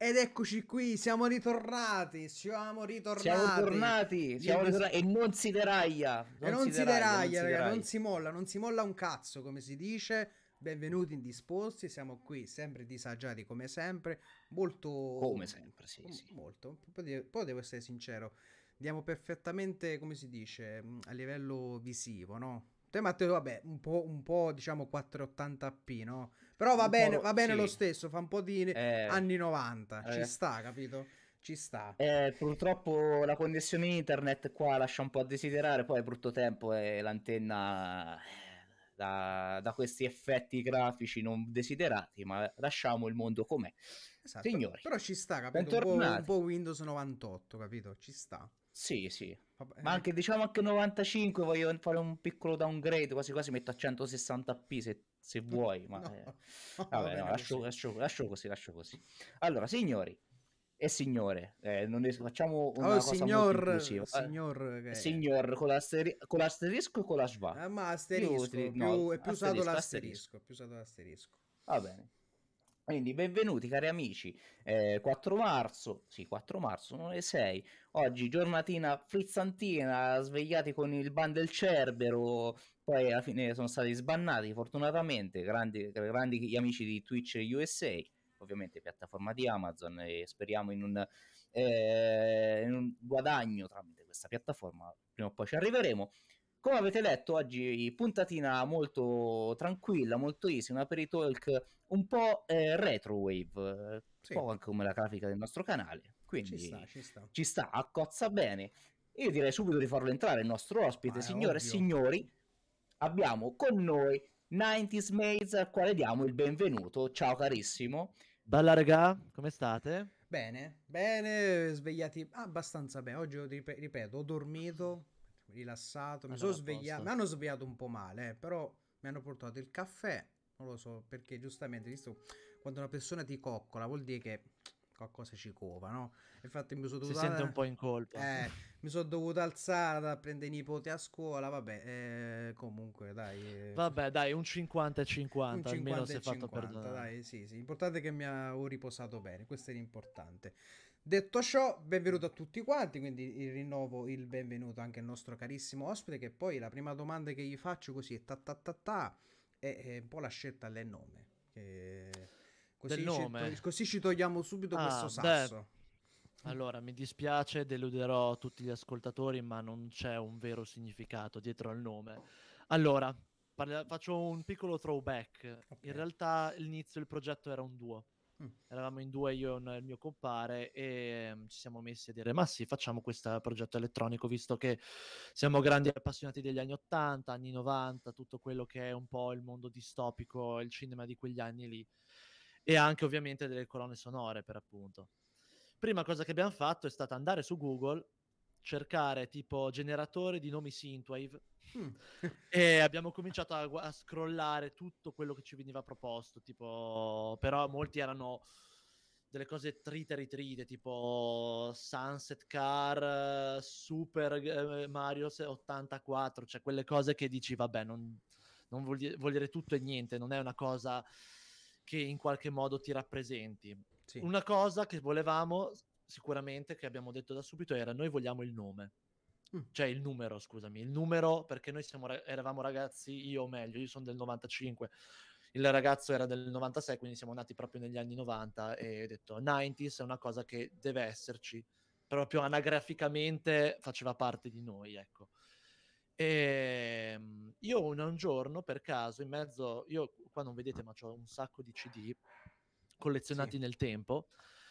Ed eccoci qui, siamo ritornati, Siamo tornati, e non si deraia, E non non si si deraia, non deraglia, si raga, deraia. non si molla un cazzo, come si dice. Benvenuti indisposti, siamo qui, sempre disagiati come sempre, Come sempre, sì, sì. molto, poi devo essere sincero, andiamo perfettamente, come si dice, a livello visivo, no? Te Matteo, vabbè, un po' diciamo 480p, no? Però va bene lo Sì. stesso, fa un po' di Eh, anni 90, ci eh, sta, capito? Ci sta. Purtroppo la connessione internet qua lascia un po' a desiderare, poi è brutto tempo e l'antenna da questi effetti grafici non desiderati, ma lasciamo il mondo com'è. Esatto, Signori, però ci sta, capito? Un po' bentornati. Windows 98, capito? Ci sta. Sì, sì. Ma Vabbè, anche diciamo anche 95 voglio fare un piccolo downgrade, quasi quasi metto a 160p se vuoi, ma no, no, va vabbè, no, bene così. lascio così. Allora, signori e signore, non facciamo Oh, una cosa molto inclusiva. signor, che Signor con l'asterisco e con la schwa. ma Io asterisco, no, è più usato asterisco. l'asterisco, è più usato l'asterisco. Va bene. Quindi benvenuti cari amici, 4 marzo, sì 4 marzo, non le 6, oggi giornatina frizzantina, svegliati con il ban del Cerbero, poi alla fine sono stati sbannati fortunatamente, grandi gli amici di Twitch USA, ovviamente piattaforma di Amazon e speriamo in un guadagno tramite questa piattaforma, prima o poi ci arriveremo. Come avete letto, oggi puntatina molto tranquilla, molto easy, una Peritalk un po' retrowave, un Sì, po' anche come la grafica del nostro canale, ci sta, quindi ci sta. ci sta, accozza bene. Io direi subito di farlo entrare il nostro ospite, Ma è signore e ovvio. signori, abbiamo con noi 90s Maze al quale diamo il benvenuto. Ciao carissimo. Bella regà, come state? Bene, bene, svegliati abbastanza bene. Oggi, ripeto, ho dormito, rilassato, mi sono Allora, a svegliato, mi posto. hanno svegliato un po' male, però mi hanno portato il caffè, non lo so, perché giustamente, visto quando una persona ti coccola, vuol dire che qualcosa ci cova, no? Infatti Si sente un po' in colpa. mi sono dovuto alzare da prendere i nipoti a scuola, vabbè, comunque, dai, Vabbè, dai, un 50 e un 50, almeno 50 si e è fatto 50, perdonare. dai, sì, sì. L'importante è che mi ho riposato bene, questo è l'importante. Detto ciò, benvenuto a tutti quanti, quindi rinnovo il benvenuto anche al nostro carissimo ospite, che poi la prima domanda che gli faccio così è ta ta ta ta, è un po' la scelta del nome, Del nome. così ci togliamo subito questo Ah, beh, sasso. allora, mi dispiace, deluderò tutti gli ascoltatori, ma non c'è un vero significato dietro al nome. Allora, faccio un piccolo throwback. Ok. In realtà, all'inizio il progetto era un duo. Mm, Eravamo in due, io e il mio compare, e ci siamo messi a dire: ma sì, facciamo questo progetto elettronico, visto che siamo grandi appassionati degli anni 80, anni 90, tutto quello che è un po' il mondo distopico, il cinema di quegli anni lì, e anche ovviamente delle colonne sonore, per appunto. Prima cosa che abbiamo fatto è stata andare su Google, cercare tipo generatore di nomi synthwave, mm. e abbiamo cominciato a scrollare tutto quello che ci veniva proposto, tipo, però molti erano delle cose trite ritrite, tipo Sunset Car, Super Mario 84, cioè quelle cose che dici, vabbè, non vuol dire tutto e niente, non è una cosa che in qualche modo ti rappresenti. Sì. Una cosa che volevamo sicuramente, che abbiamo detto da subito, era: noi vogliamo il nome. Mm, Cioè il numero, scusami, il numero, perché noi eravamo ragazzi, io o meglio, io sono del 95, il ragazzo era del 96, quindi siamo nati proprio negli anni 90, e ho detto 90s è una cosa che deve esserci, proprio anagraficamente faceva parte di noi, ecco. E io un giorno, per caso, in mezzo, io qua non vedete, ma ho un sacco di CD sì. collezionati nel tempo,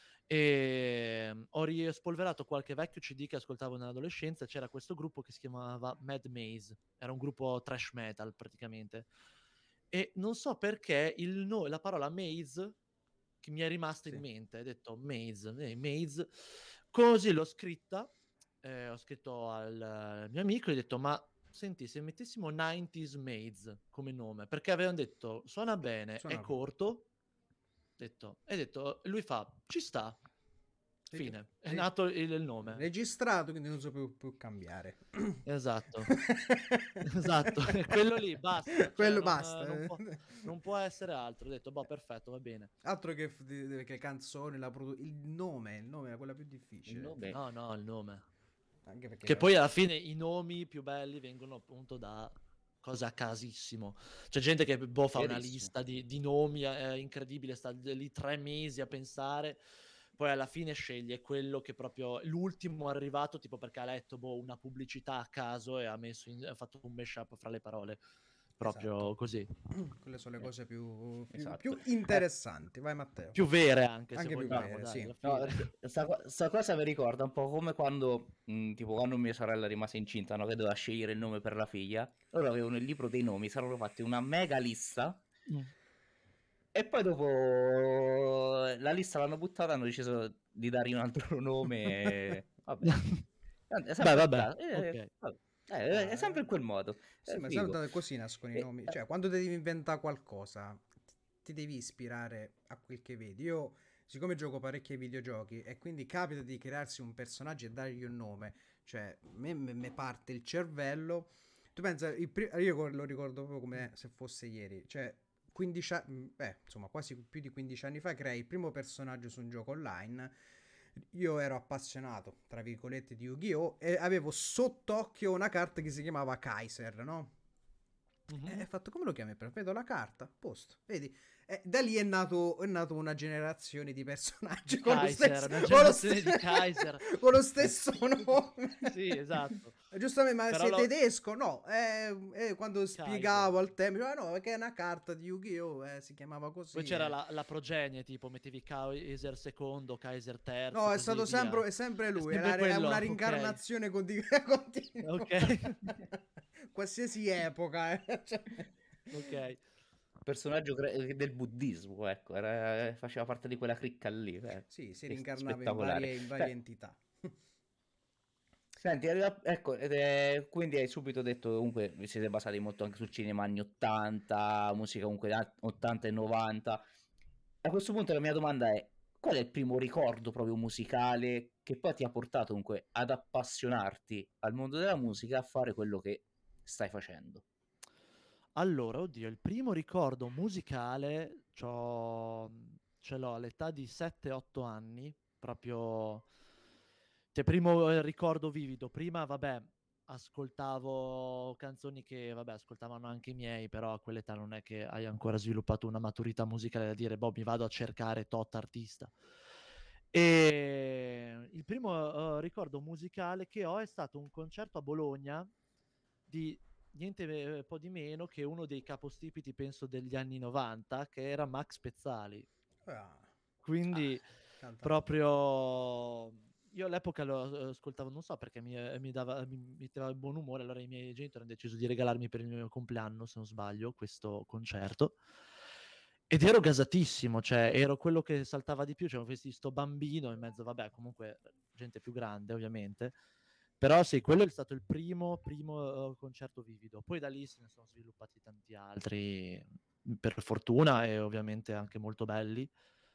e ho rispolverato qualche vecchio CD che ascoltavo nell'adolescenza. C'era questo gruppo che si chiamava Mad Maze, era un gruppo thrash metal praticamente, e non so perché la parola maze che mi è rimasta in Sì. mente, ho detto maze, maze, così l'ho scritta, ho scritto al mio amico e ho detto: ma senti, se mettessimo 90s Maze come nome, perché avevano detto suona bene, è Suona. corto, detto, e detto, lui fa, ci sta. Ho Fine, è nato il nome. Registrato, quindi non so più cambiare. Esatto. Esatto, quello lì, basta. Cioè, Quello basta. Non può essere altro. Ho detto, boh, perfetto, va bene. Altro che canzoni, il nome è quella più difficile. No, il nome. Anche perché Che poi alla fine i nomi più belli vengono appunto da cose a casissimo. C'è gente che fa una lista di nomi incredibile, sta lì 3 mesi a pensare, poi alla fine sceglie quello che proprio l'ultimo arrivato, tipo perché ha letto una pubblicità a caso e ha fatto un mashup fra le parole. Proprio così. Quelle sono le cose più Esatto. interessanti. Vai Matteo. Più vere anche se Anche più vogliamo, vere, dai, sì. alla fine. Sta cosa mi ricorda un po' come quando, tipo, quando mia sorella rimase incinta, no, che doveva scegliere il nome per la figlia. Loro avevano il libro dei nomi, si erano fatti una mega lista. E poi dopo la lista l'hanno buttata, hanno deciso di dargli un altro nome. Vabbè. È sempre, Ok. è sempre in quel modo. Sì, ma figo. sempre così nascono i nomi. Cioè, quando devi inventare qualcosa, ti devi ispirare a quel che vedi. Io, siccome gioco parecchi ai videogiochi e quindi capita di crearsi un personaggio e dargli un nome, cioè, me parte il cervello. Tu pensa, io lo ricordo proprio come se fosse ieri. Cioè, 15 anni, insomma, quasi più di 15 anni fa creai il primo personaggio su un gioco online. Io ero appassionato, tra virgolette, di Yu-Gi-Oh! E avevo sott'occhio una carta che si chiamava Kaiser, no? E ho fatto, come lo chiami? Vedo la carta, posto, vedi? Da lì è nato una generazione di personaggi con lo stesso, Kaiser. con lo stesso nome. Sì, esatto. Giustamente, ma però sei tedesco? No, quando spiegavo al tempo, no, perché è una carta di Yu-Gi-Oh! Si chiamava così. Poi c'era la progenie, tipo mettevi Kaiser II, Kaiser III. No, è stato sempre lui, è una rincarnazione continua. Ok. Qualsiasi epoca. Cioè. Ok. Personaggio del buddismo, ecco, faceva parte di quella cricca lì. Sì, si rincarnava in varie entità. Senti, ecco, quindi hai subito detto, comunque vi siete basati molto anche sul cinema anni 80, musica comunque 80 e 90. A questo punto la mia domanda è, qual è il primo ricordo proprio musicale che poi ti ha portato comunque ad appassionarti al mondo della musica, a fare quello che stai facendo? Allora, oddio, il primo ricordo musicale ce l'ho all'età di 7-8 anni, proprio primo ricordo vivido. Prima, vabbè, ascoltavo canzoni che, vabbè, ascoltavano anche i miei, però a quell'età non è che hai ancora sviluppato una maturità musicale da dire, boh, mi vado a cercare tot artista. E il primo ricordo musicale che ho è stato un concerto a Bologna di niente po' di meno che uno dei capostipiti, penso, degli anni 90, che era Max Pezzali. Quindi proprio io all'epoca lo ascoltavo, non so perché mi metteva il buon umore, allora i miei genitori hanno deciso di regalarmi per il mio compleanno, se non sbaglio, questo concerto. Ed ero gasatissimo, cioè ero quello che saltava di più, cioè questi sto bambino in mezzo, vabbè, comunque gente più grande ovviamente. Però sì, quello è stato il primo concerto vivido. Poi da lì se ne sono sviluppati tanti altri, per fortuna, e ovviamente anche molto belli.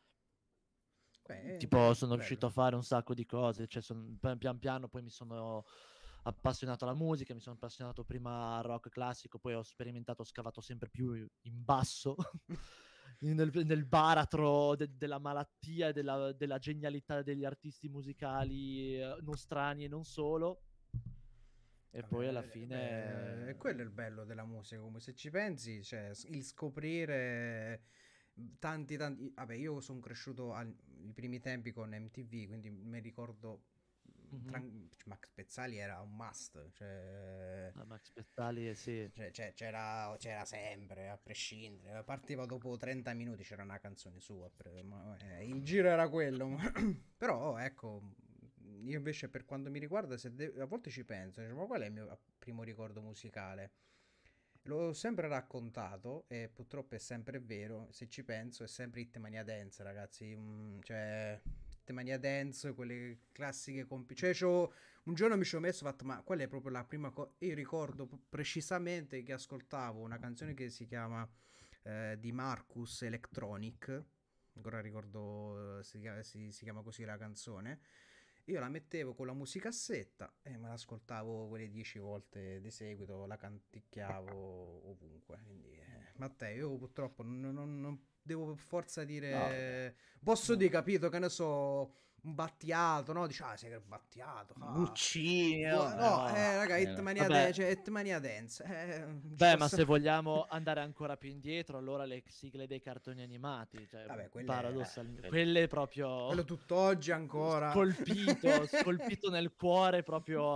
Tipo sono riuscito a fare un sacco di cose, cioè pian piano poi mi sono appassionato alla musica, mi sono appassionato prima al rock classico, poi ho sperimentato, ho scavato sempre più in basso, nel baratro della malattia e della genialità degli artisti musicali nostrani e non solo. E poi alla fine quello è il bello della musica, come se ci pensi, cioè il scoprire tanti vabbè, io sono cresciuto ai primi tempi con MTV, quindi mi ricordo Max Pezzali era un must, cioè Max Pezzali sì. Cioè, c'era sempre, a prescindere, partiva dopo 30 minuti, c'era una canzone sua, il giro era quello. Però ecco, io invece per quanto mi riguarda, a volte ci penso, ma qual è il mio primo ricordo musicale? L'ho sempre raccontato e purtroppo è sempre vero, se ci penso è sempre Hitmania Dance, ragazzi, cioè Hitmania Dance, quelle classiche cioè un giorno mi ci ho messo e ho fatto, ma quella è proprio la prima cosa, io ricordo precisamente che ascoltavo una canzone che si chiama di Marcus Electronic, ancora ricordo si chiama così la canzone. Io la mettevo con la musicassetta e me l'ascoltavo quelle 10 volte di seguito, la canticchiavo ovunque. Quindi, Matteo, io purtroppo non devo per forza No, dire. Posso dire, capito, che ne so, un Battiato, no? Dici, sei che Battiato. Guccini, no, No, no, raga, no. Vabbè, Cioè, Hitmania Dance. Ci beh, ma posso. se vogliamo andare ancora più indietro, allora le sigle dei cartoni animati, cioè Vabbè, paradossalmente, quello- quelle proprio quello tutt'oggi ancora. scolpito nel cuore proprio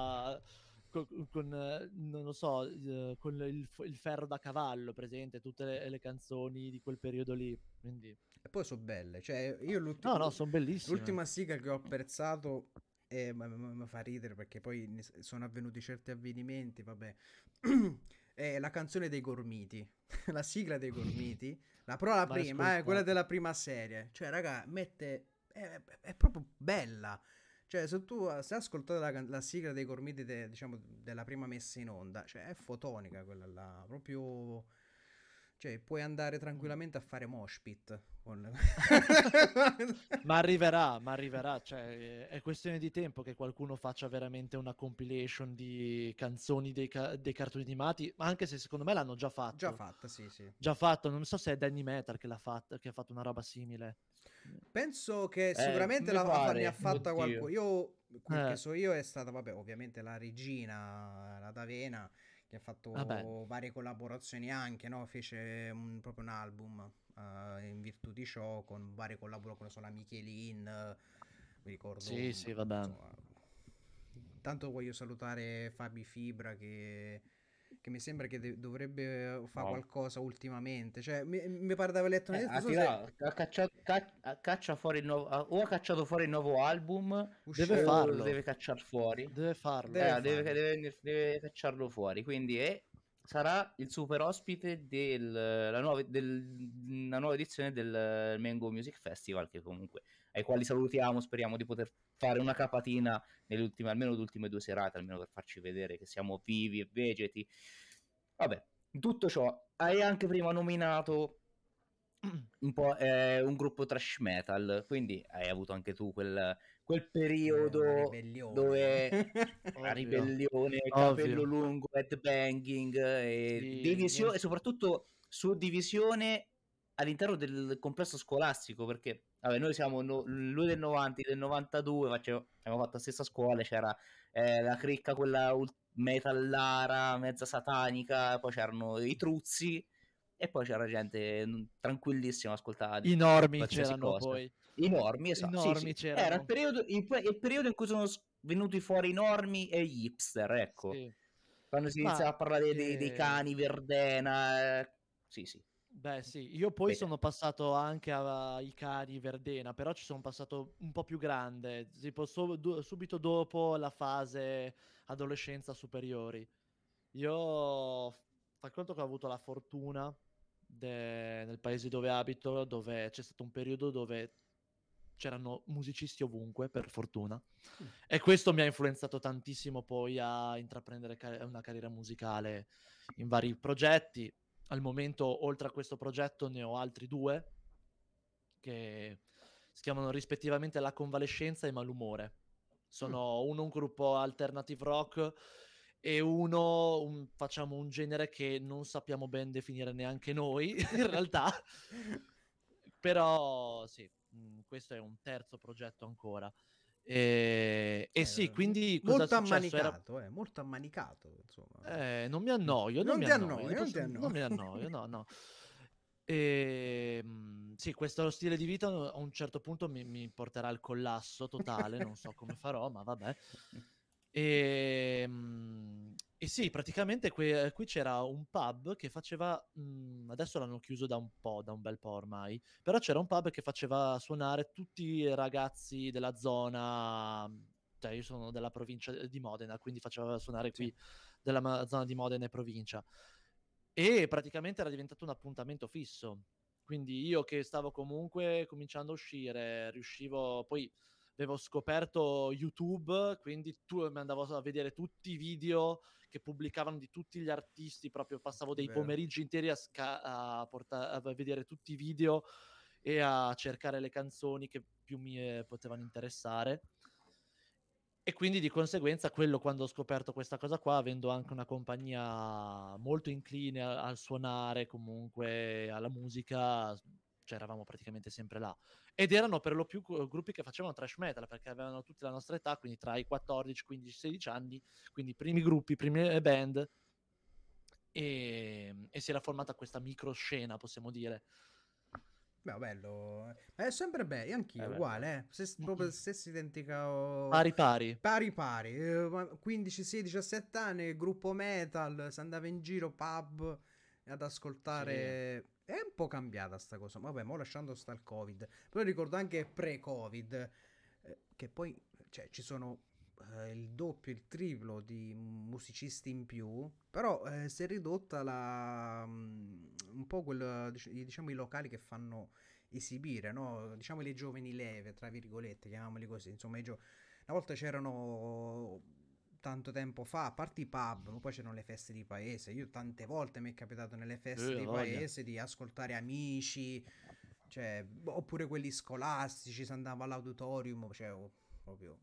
non lo so, con il ferro da cavallo presente, tutte le canzoni di quel periodo lì. Quindi, E poi sono belle, cè io no, sono bellissime. l'ultima sigla che ho apprezzato e mi fa ridere perché poi sono avvenuti certi avvenimenti, vabbè, è la canzone dei Gormiti, la sigla dei Gormiti, però la Mai prima, quella ascoltato. della prima serie, cioè raga, è proprio bella, cioè se ascoltate la sigla dei Gormiti diciamo della prima messa in onda, cioè è fotonica quella là, proprio. Cioè, puoi andare Mm. tranquillamente a fare mosh pit con. Ma arriverà, cioè è questione di tempo che qualcuno faccia veramente una compilation di canzoni dei cartoni animati, ma anche se secondo me l'hanno già Già fatto. fatta, sì, sì. Già fatto, non so se è Danny Metal che l'ha fatta, che ha fatto una roba simile. Penso che sicuramente mi ne ha pare, fatta qualcuno. oddio. Io, quel che Eh, so io, è stata, vabbè, ovviamente la regina, la D'Avena, che ha vabbè, fatto varie collaborazioni anche, no? Fece proprio un album in virtù di ciò, con varie collaborazioni con la Michelin, mi ricordo, sì, sì, vabbè. insomma. Tanto voglio salutare Fabi Fibra che mi sembra che dovrebbe fare No. qualcosa ultimamente. Cioè, mi pare di aver letto una non Ha so se tirato, caccia fuori il nuovo, o ha cacciato fuori il nuovo album Deve uscirà. o lo farlo, deve cacciare fuori. deve farlo. Deve farlo. Deve cacciarlo fuori. Quindi sarà il super ospite della nuova edizione del Mango Music Festival, che comunque ai quali salutiamo. Speriamo di poter fare una capatina almeno le ultime 2 serate, almeno per farci vedere che siamo vivi e vegeti. Vabbè, in tutto ciò, hai anche prima nominato un po' un gruppo thrash metal, quindi hai avuto anche tu quel Una periodo ribellione. dove la Ovvio, ribellione, capello ovvio. lungo, headbanging e Sì, divisione, e soprattutto suddivisione all'interno del complesso scolastico, perché vabbè, noi siamo lui del 90, del 92, abbiamo fatto la stessa scuola, c'era la cricca quella metallara, mezza satanica, poi c'erano i truzzi e poi c'era gente tranquillissima, ascoltava i normi qualsiasi c'erano cosa. poi. I normi, I esatto, sì, normi sì. Era c'erano. il periodo in cui sono venuti fuori i normi e gli hipster, ecco. Sì. Quando si Ma iniziava a parlare dei cani, Verdena, sì, sì. beh, sì, io poi Beh, sono passato anche ai cani Verdena, però ci sono passato un po' più grande, tipo subito dopo la fase adolescenza superiori. Io fai conto che ho avuto la fortuna nel paese dove abito, dove c'è stato un periodo dove c'erano musicisti ovunque, per fortuna, e questo mi ha influenzato tantissimo poi a intraprendere una carriera musicale in vari progetti. Al momento, oltre a questo progetto, ne ho altri due che si chiamano rispettivamente La Convalescenza e Malumore. Mm. Sono uno un gruppo alternative rock e uno facciamo un genere che non sappiamo ben definire neanche noi, in realtà. Però sì, questo è un terzo progetto ancora. E sì, quindi cosa è Molto successo? ammanicato, molto ammanicato, insomma. Non mi annoio, non Non mi ti annoio, annoi, non ti non annoi. mi annoio, no, no. Sì, questo stile di vita a un certo punto mi porterà al collasso totale, non so come farò, ma vabbè. E sì, praticamente qui c'era un pub che faceva, adesso l'hanno chiuso da un bel po' ormai, però c'era un pub che faceva suonare tutti i ragazzi della zona, cioè io sono della provincia di Modena, quindi faceva suonare Sì. qui della zona di Modena e provincia. E praticamente era diventato un appuntamento fisso. Quindi io che stavo comunque cominciando a uscire, riuscivo, poi avevo scoperto YouTube, quindi mi andavo a vedere tutti i video che pubblicavano di tutti gli artisti, proprio passavo dei Vero. pomeriggi interi a vedere tutti i video e a cercare le canzoni che più mi potevano interessare. E quindi di conseguenza quello, quando ho scoperto questa cosa qua, avendo anche una compagnia molto incline al suonare, comunque alla musica, cioè eravamo praticamente sempre là. Ed erano per lo più gruppi che facevano thrash metal, perché avevano tutti la nostra età, quindi tra i 14, 15, 16 anni, quindi primi gruppi, prime band, e si era formata questa microscena, possiamo dire. Beh, bello. Ma è sempre bello, anch'io, Beh. uguale, proprio stessa identica. Pari pari. Pari pari. 15, 16, 17 anni, gruppo metal, si andava in giro, pub, ad Sì. ascoltare. È un po' cambiata sta cosa. Vabbè, mo lasciando sta il Covid. Però ricordo anche pre-Covid, che poi, cioè, ci sono il doppio, il triplo di musicisti in più. Però si è ridotta un po' diciamo, i locali che fanno esibire, no? Diciamo le giovani leve, tra virgolette, chiamiamoli così. Insomma, una volta c'erano tanto tempo fa, a parte i pub, ma poi c'erano le feste di paese. Io tante volte mi è capitato nelle feste di Voglia. paese di ascoltare amici, cioè, oppure quelli scolastici, si andava all'auditorium, cioè, proprio.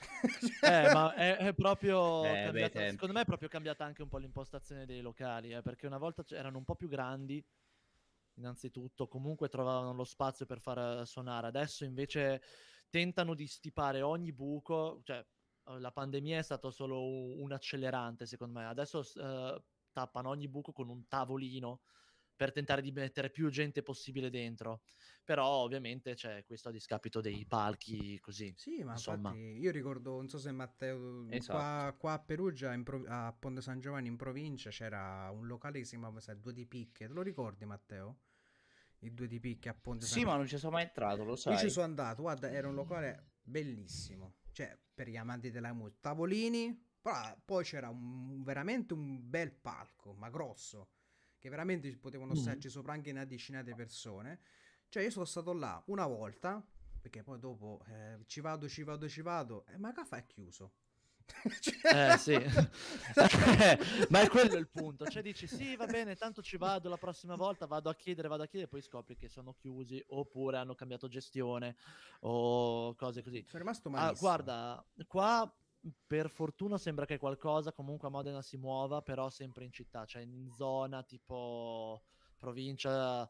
Ma è proprio Bei cambiata, tempi. secondo me è proprio cambiata anche un po' l'impostazione dei locali, perché una volta erano un po' più grandi, innanzitutto, comunque trovavano lo spazio per far suonare. Adesso invece tentano di stipare ogni buco, cioè la pandemia è stato solo un accelerante, secondo me. Adesso tappano ogni buco con un tavolino per tentare di mettere più gente possibile dentro. Però ovviamente c'è questo a discapito dei palchi, così, Sì, ma infatti insomma. io ricordo, non so se Matteo, Esatto. qua a Perugia, a Ponte San Giovanni in provincia, c'era un locale che si chiamava sai, Due di Picche, te lo ricordi Matteo? Il Due di Picche a Ponte San Sì, ma Giovanni. non ci sono mai entrato, lo Io ci sai? sono andato, guarda, era un locale bellissimo, cioè per gli amanti della musica, tavolini, però poi c'era veramente un bel palco, ma grosso, che veramente ci potevano Mm. starci sopra anche una decina di persone. Cioè io sono stato là una volta, perché poi dopo ci vado, e ma caffè è chiuso. Sì, ma è quello il punto. Cioè dici sì, va bene, tanto ci vado la prossima volta, vado a chiedere, poi scopri che sono chiusi oppure hanno cambiato gestione o cose così. Sono rimasto Ah, malissimo. guarda, qua per fortuna sembra che qualcosa comunque a Modena si muova, però sempre in città, cioè in zona tipo provincia.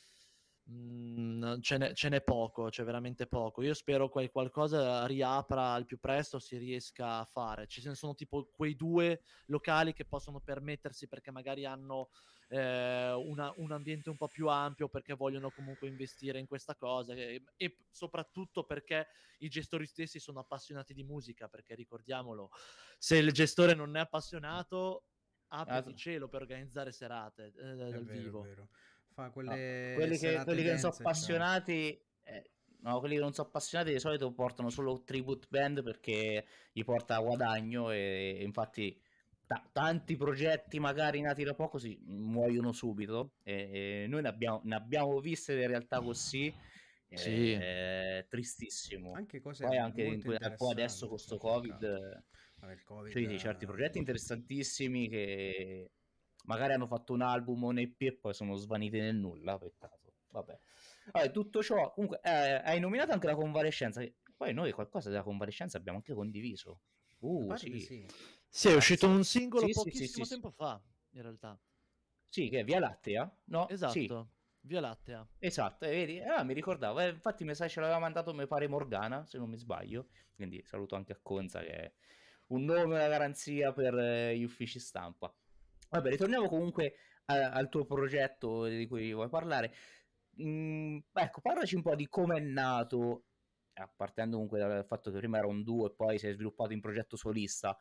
Ce n'è poco, c'è veramente poco. Io spero che qualcosa riapra al più presto, si riesca a fare. Ci sono tipo quei due locali che possono permettersi perché magari hanno un ambiente un po' più ampio, perché vogliono comunque investire in questa cosa e soprattutto perché i gestori stessi sono appassionati di musica, perché ricordiamolo, se il gestore non è appassionato, Ah, apriti cielo per organizzare serate È dal vero, è vivo. vero. Fa no. quelle serate Quelli che non sono dance, cioè. appassionati, no, quelli che non sono appassionati di solito portano solo tribute band perché gli porta guadagno e infatti tanti progetti magari nati da poco si muoiono subito e noi ne abbiamo viste le realtà così, Sì. Anche cose poi anche molto poi adesso con interessanti, sto peccato. Covid, Vabbè, il Covid. cioè, sì, certi progetti interessantissimi che magari hanno fatto un album o un EP e poi sono svaniti nel nulla, peccato. Vabbè. Vabbè, tutto ciò, comunque, hai nominato anche la convalescenza, che poi noi qualcosa della convalescenza abbiamo anche condiviso. Mi pare di Sì. sì. Sì, è uscito Sì, un singolo sì, sì, sì, sì, pochissimo sì. tempo fa, in realtà. Sì, che è Via Lattea? No? Sì, Esatto, Via Lattea. esatto, vedi? Mi ricordavo, infatti mi sa ce l'aveva mandato, mi pare Morgana, se non mi sbaglio, quindi saluto anche a Conza che è un nome e una garanzia per gli uffici stampa. Vabbè, ritorniamo comunque al tuo progetto di cui vuoi parlare. Ecco, parlaci un po' di come è nato, partendo comunque dal fatto che prima era un duo e poi si è sviluppato in progetto solista,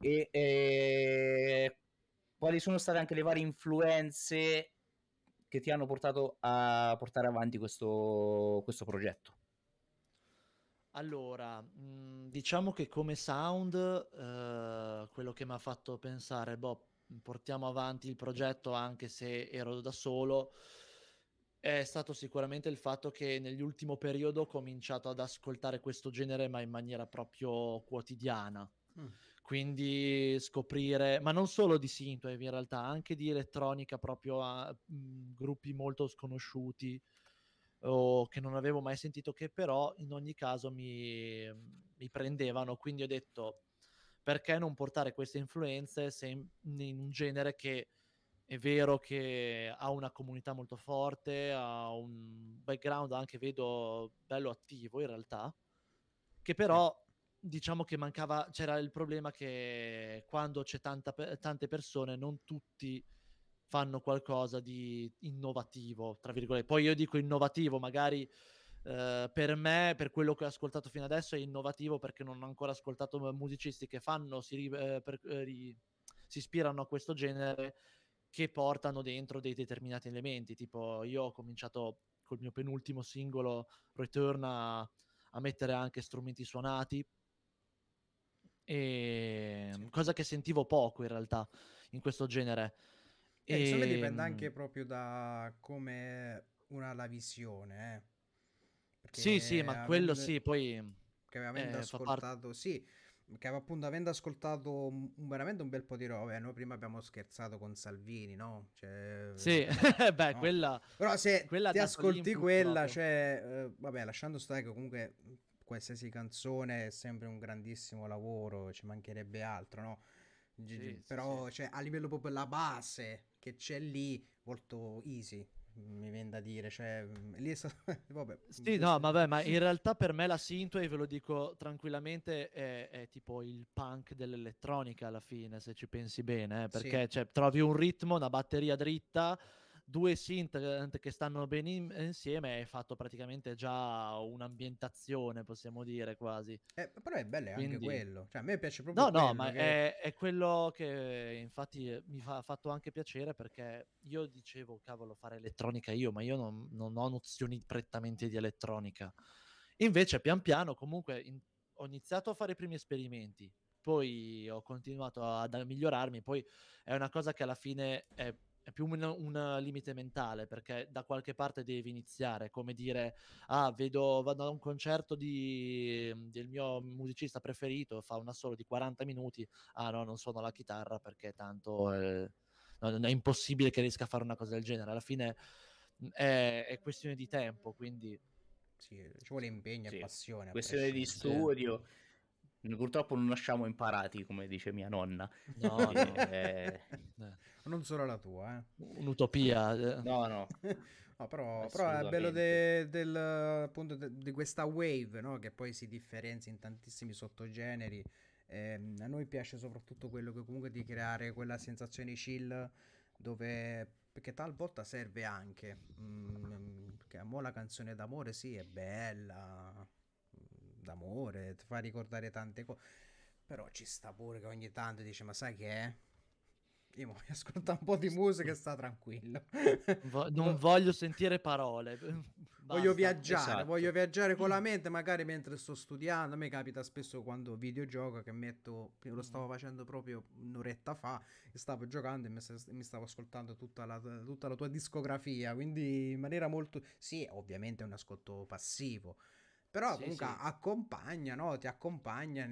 e quali sono state anche le varie influenze che ti hanno portato a portare avanti questo progetto. Allora, diciamo che come sound, quello che mi ha fatto pensare, boh, portiamo avanti il progetto anche se ero da solo, è stato sicuramente il fatto che nell'ultimo periodo ho cominciato ad ascoltare questo genere, ma in maniera proprio quotidiana. Mm. Quindi scoprire, ma non solo di synthwave in realtà, anche di elettronica proprio a gruppi molto sconosciuti. o che non avevo mai sentito, che però in ogni caso mi prendevano, quindi ho detto perché non portare queste influenze in un genere che è vero che ha una comunità molto forte, ha un background anche vedo bello attivo in realtà, che Sì. però diciamo che c'era il problema che quando c'è tante persone non tutti fanno qualcosa di innovativo, tra virgolette. Poi io dico innovativo, magari per me, per quello che ho ascoltato fino adesso, è innovativo perché non ho ancora ascoltato musicisti che si ispirano a questo genere, che portano dentro dei determinati elementi. Tipo, io ho cominciato col mio penultimo singolo, Return, a mettere anche strumenti suonati, Sì. cosa che sentivo poco in realtà in questo genere. Secondo me E, dipende anche proprio da come una la visione, sì, sì, perché ma quello avendo, sì, poi che avendo fa parte. ascoltato, sì, che appunto avendo ascoltato veramente un bel po' di robe, noi prima abbiamo scherzato con Salvini, no? Cioè, Sì, beh, no. quella, Però se quella ha ti dato ascolti l'input quella, proprio. cioè, vabbè, lasciando stare che comunque qualsiasi canzone è sempre un grandissimo lavoro, ci mancherebbe altro, no? Sì, sì, sì. Però, cioè, a livello proprio la base che c'è lì, molto easy, mi viene da dire, cioè, lì è stato, vabbè, Sì, no, questo... vabbè, ma in realtà per me la synthwave, ve lo dico tranquillamente, è tipo il punk dell'elettronica alla fine, se ci pensi bene, Sì, perché cioè, trovi un ritmo, una batteria dritta, due synth che stanno bene insieme, e hai fatto praticamente già un'ambientazione, possiamo dire quasi. però è bello anche Quindi quello, cioè, a me piace proprio no, no, quello ma che... è quello che infatti ha fatto anche piacere, perché io dicevo, cavolo, fare elettronica io, ma io non ho nozioni prettamente di elettronica. Invece, pian piano, comunque, ho iniziato a fare i primi esperimenti, poi ho continuato ad migliorarmi, poi è una cosa che alla fine è più un limite mentale, perché da qualche parte devi iniziare, come dire vado a un concerto del mio musicista preferito, fa un assolo di 40 minuti, no, non suono la chitarra perché tanto è impossibile che riesca a fare una cosa del genere. Alla fine è questione di tempo, quindi Sì, ci vuole impegno e Sì, passione a questione di prescindere. sì. studio. Purtroppo non nasciamo imparati, come dice mia nonna. No, no, Eh, eh, Non solo la tua, eh. un'utopia. no, no, No, però è bello assolutamente. appunto di questa wave, no? Che poi si differenzia in tantissimi sottogeneri. A noi piace soprattutto quello che comunque di creare quella sensazione chill dove... Perché talvolta serve anche. Perché a mo' la canzone d'amore sì, è bella. D'amore, ti fa ricordare tante cose. Però ci sta pure che ogni tanto dice, ma sai che è? Io mi ascolta un po' di musica e sta tranquillo. Non voglio sentire parole. Basta. Esatto. Voglio viaggiare con la mente, magari mentre sto studiando. A me capita spesso quando videogioco che metto, lo stavo facendo proprio un'oretta fa, e stavo giocando e mi stavo ascoltando tutta la tua discografia, quindi in maniera molto... Sì, ovviamente è un ascolto passivo, però Sì, comunque sì. accompagna, no? Ti accompagna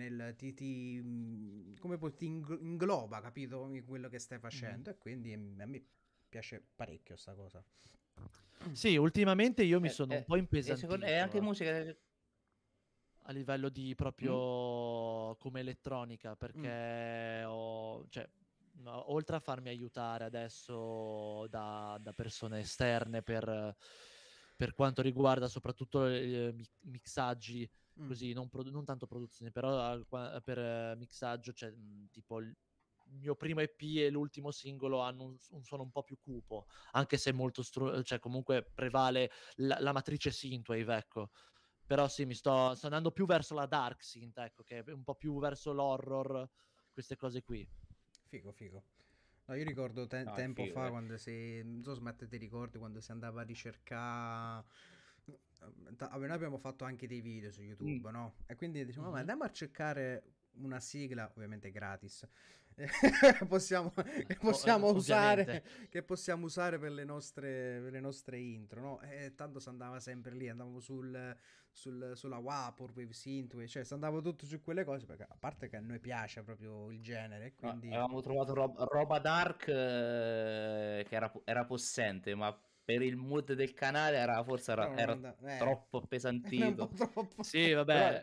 come ti ingloba, capito? In quello che stai Mhm. facendo, e quindi a me piace parecchio sta cosa. Sì, ultimamente io mi E, sono un e- po' e secondo è anche impesantito musica. a livello di Mm? proprio come elettronica, Mm. perché cioè, no, oltre a farmi aiutare adesso da persone esterne per quanto riguarda soprattutto mixaggi, Mm. così non tanto produzione, però per mixaggio, cioè, tipo il mio primo EP e l'ultimo singolo hanno un suono un po' più cupo, anche se molto cioè comunque prevale la matrice synthwave, ecco. Però sì, sto andando più verso la dark synth, ecco, che è un po' più verso l'horror, queste cose qui. Figo, figo. No, io ricordo No, è tempo figo, fa quando si... Non so se Matte ti ricordi quando si andava a ricercare... Noi abbiamo fatto anche dei video su Mm. YouTube, no? E quindi diciamo, ma Mhm. andiamo a cercare una sigla, ovviamente gratis, possiamo, che possiamo Ovviamente. usare, che possiamo usare per le nostre intro, no? E tanto si andava sempre lì, andavamo sulla Vaporwave, Synthwave, cioè si andava tutto su quelle cose, perché a parte che a noi piace proprio il genere, e No, quindi... avevamo trovato roba dark che era possente, ma per il mood del canale forse Però non era and- troppo era un po' appesantito. troppo. Sì, Però vabbè,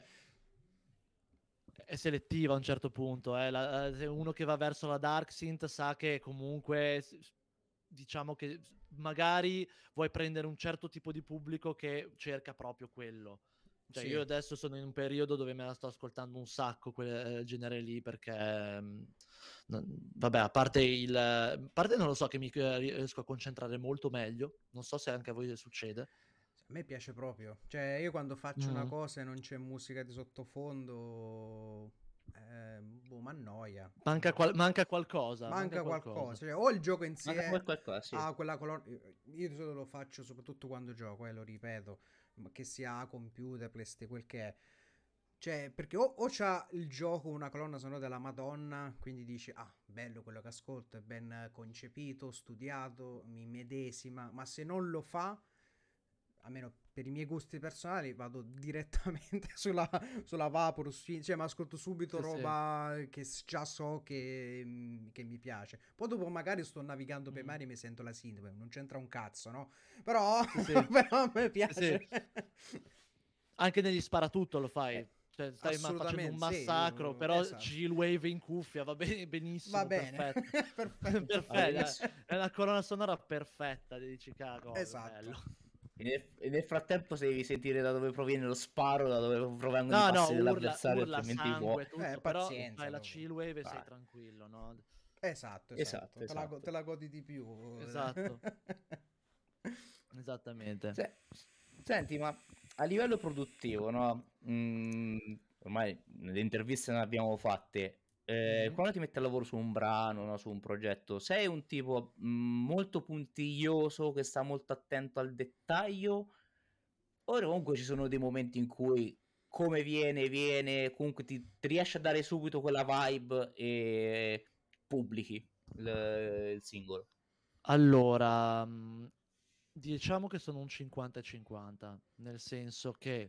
è selettiva a un certo punto. Se uno che va verso la Dark Synth sa che comunque, diciamo che magari vuoi prendere un certo tipo di pubblico che cerca proprio quello. Cioè, Sì. io adesso sono in un periodo dove me la sto ascoltando un sacco quel genere lì perché, vabbè, a parte non lo so che mi riesco a concentrare molto meglio. Non so se anche a voi succede. A me piace proprio. Cioè, io quando faccio una Mm. cosa e non c'è musica di sottofondo, boh, mi annoia. Manca qualcosa, manca Manca qualcosa. qualcosa. Cioè, o il gioco in manca sé qualcosa, sì. ha quella colonna. Io di solito lo faccio soprattutto quando gioco, lo ripeto, che sia a computer, PlayStation, quel che è. Cioè, perché o c'ha il gioco una colonna sonora della Madonna, quindi dici, ah, bello quello che ascolto, è ben concepito, studiato, mi medesima, ma se non lo fa, almeno per i miei gusti personali, vado direttamente sulla Vaporus, cioè mi ascolto subito Sì, sì. roba che già so che mi piace. Poi dopo magari sto navigando per Mm. mare e mi sento la sindrome, non c'entra un cazzo, no? Però, Sì, sì. però a me Sì, sì. piace. Anche negli sparatutto lo Eh, fai. Cioè, stai facendo un assolutamente, sì, massacro, però esatto. chill wave in cuffia va Va benissimo, bene, perfetto. perfetto. Vabbè, Perfetta, è la colonna sonora perfetta di Chicago, Esatto. bello. nel frattempo se devi sentire da dove proviene lo sparo, da dove provengono i No, no, passi dell'avversario, urla, altrimenti può. sangue, tutto, però Pazienza fai la dopo. chill wave e sei Vai. tranquillo, no? Esatto, Esatto, esatto. Te esatto. la godi di più. Esatto, esattamente. Se- Senti, ma a livello produttivo, no? Ormai le interviste ne abbiamo fatte. Mhm. Quando ti metti a lavoro su un brano, no, su un progetto, sei un tipo molto puntiglioso che sta molto attento al dettaglio? O comunque ci sono dei momenti in cui come viene, comunque ti riesce a dare subito quella vibe e pubblichi il singolo? Allora, diciamo che sono un 50 e 50, nel senso che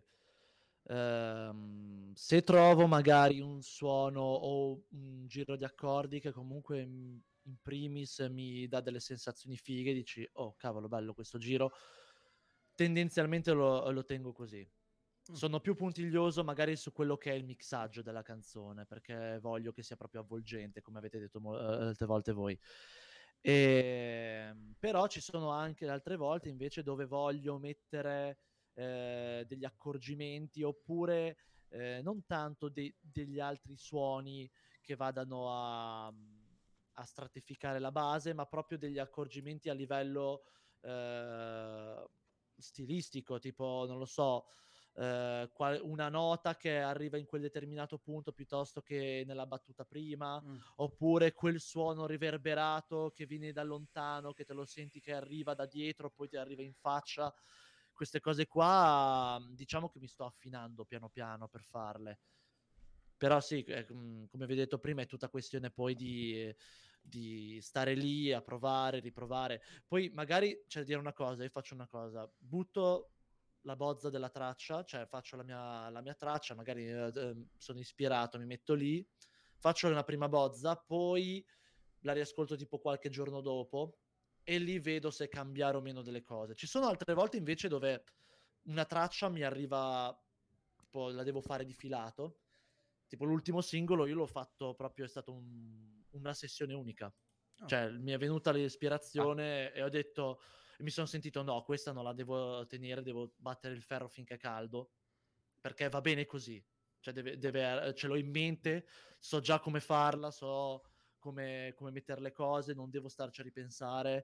se trovo magari un suono o un giro di accordi che comunque in primis mi dà delle sensazioni fighe, dici, oh cavolo, bello questo giro, tendenzialmente lo tengo così. Mm. Sono più puntiglioso magari su quello che è il mixaggio della canzone, perché voglio che sia proprio avvolgente, come avete detto molte volte voi. Però ci sono anche altre volte invece dove voglio mettere degli accorgimenti oppure non tanto degli altri suoni che vadano a stratificare la base, ma proprio degli accorgimenti a livello eh, stilistico, tipo, non lo so, una nota che arriva in quel determinato punto piuttosto che nella battuta prima, Mm. oppure quel suono riverberato che viene da lontano, che te lo senti che arriva da dietro, poi ti arriva in faccia. Queste cose qua, diciamo che mi sto affinando piano piano per farle. Però sì, come vi ho detto prima, è tutta questione poi di stare lì a provare, riprovare. Poi magari c'è da dire una cosa, io faccio una cosa, butto la bozza della traccia, cioè faccio la mia traccia, magari sono ispirato, mi metto lì, faccio una prima bozza, poi la riascolto tipo qualche giorno dopo e lì vedo se cambiare o meno delle cose. Ci sono altre volte invece dove una traccia mi arriva, tipo la devo fare di filato, tipo l'ultimo singolo io l'ho fatto proprio, è stata una sessione unica. Oh. Cioè mi è venuta Ah, l'ispirazione e ho detto, e mi sono sentito no, questa non la devo tenere, devo battere il ferro finché è caldo, perché va bene così. Cioè ce l'ho in mente, so già come farla, so come mettere le cose, non devo starci a ripensare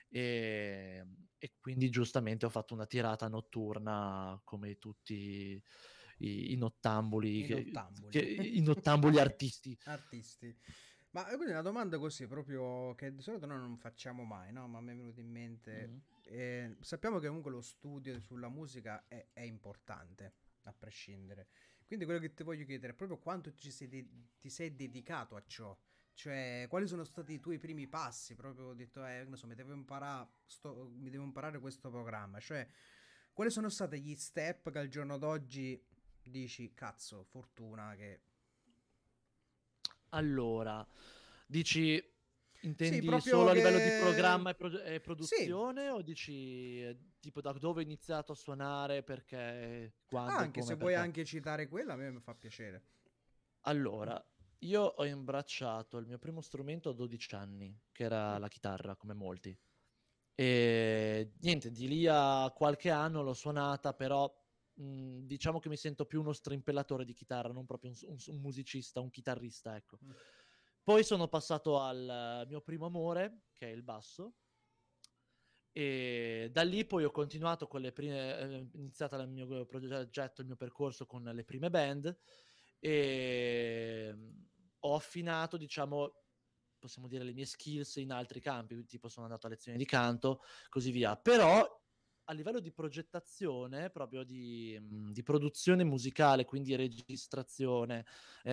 e quindi giustamente ho fatto una tirata notturna come tutti i nottambuli, I nottambuli. i nottambuli artisti. Artisti. Ma quindi una domanda così, proprio che di solito noi non facciamo mai, no? Ma mi è venuto in mente. Mm. Sappiamo che comunque lo studio sulla musica è importante, a prescindere. Quindi quello che ti voglio chiedere è proprio quanto ti sei dedicato a ciò. Cioè, quali sono stati i tuoi primi passi? Proprio ho detto, non so, mi devo imparare questo programma. Cioè, quali sono stati gli step che al giorno d'oggi dici, cazzo, fortuna che... Allora, dici Intendi proprio solo a livello di che... programma e Sì, produzione o dici tipo da dove ho iniziato a suonare, perché, quando, anche se come, vuoi perché? anche citare quella, a me mi fa piacere. Allora, io ho imbracciato il mio primo strumento a 12 anni, che era la chitarra, come molti. E niente, di lì a qualche anno l'ho suonata, però diciamo che mi sento più uno strimpellatore di chitarra, non proprio un musicista, un chitarrista, ecco. Mm. Poi sono passato al mio primo amore, che è il basso, e da lì poi ho continuato con le prime, iniziato il mio progetto, il mio percorso con le prime band, e ho affinato, diciamo, possiamo dire, le mie skills in altri campi, tipo sono andato a lezioni di canto, così via. Però a livello di progettazione, proprio di produzione musicale, quindi registrazione,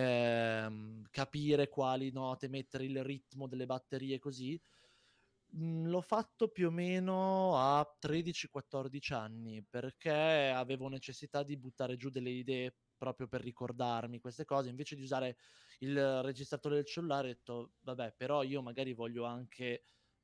capire quali note, mettere il ritmo delle batterie, così, l'ho fatto più o meno a 13-14 anni, perché avevo necessità di buttare giù delle idee proprio per ricordarmi queste cose. Invece di usare il registratore del cellulare, ho detto, vabbè, però io magari voglio anche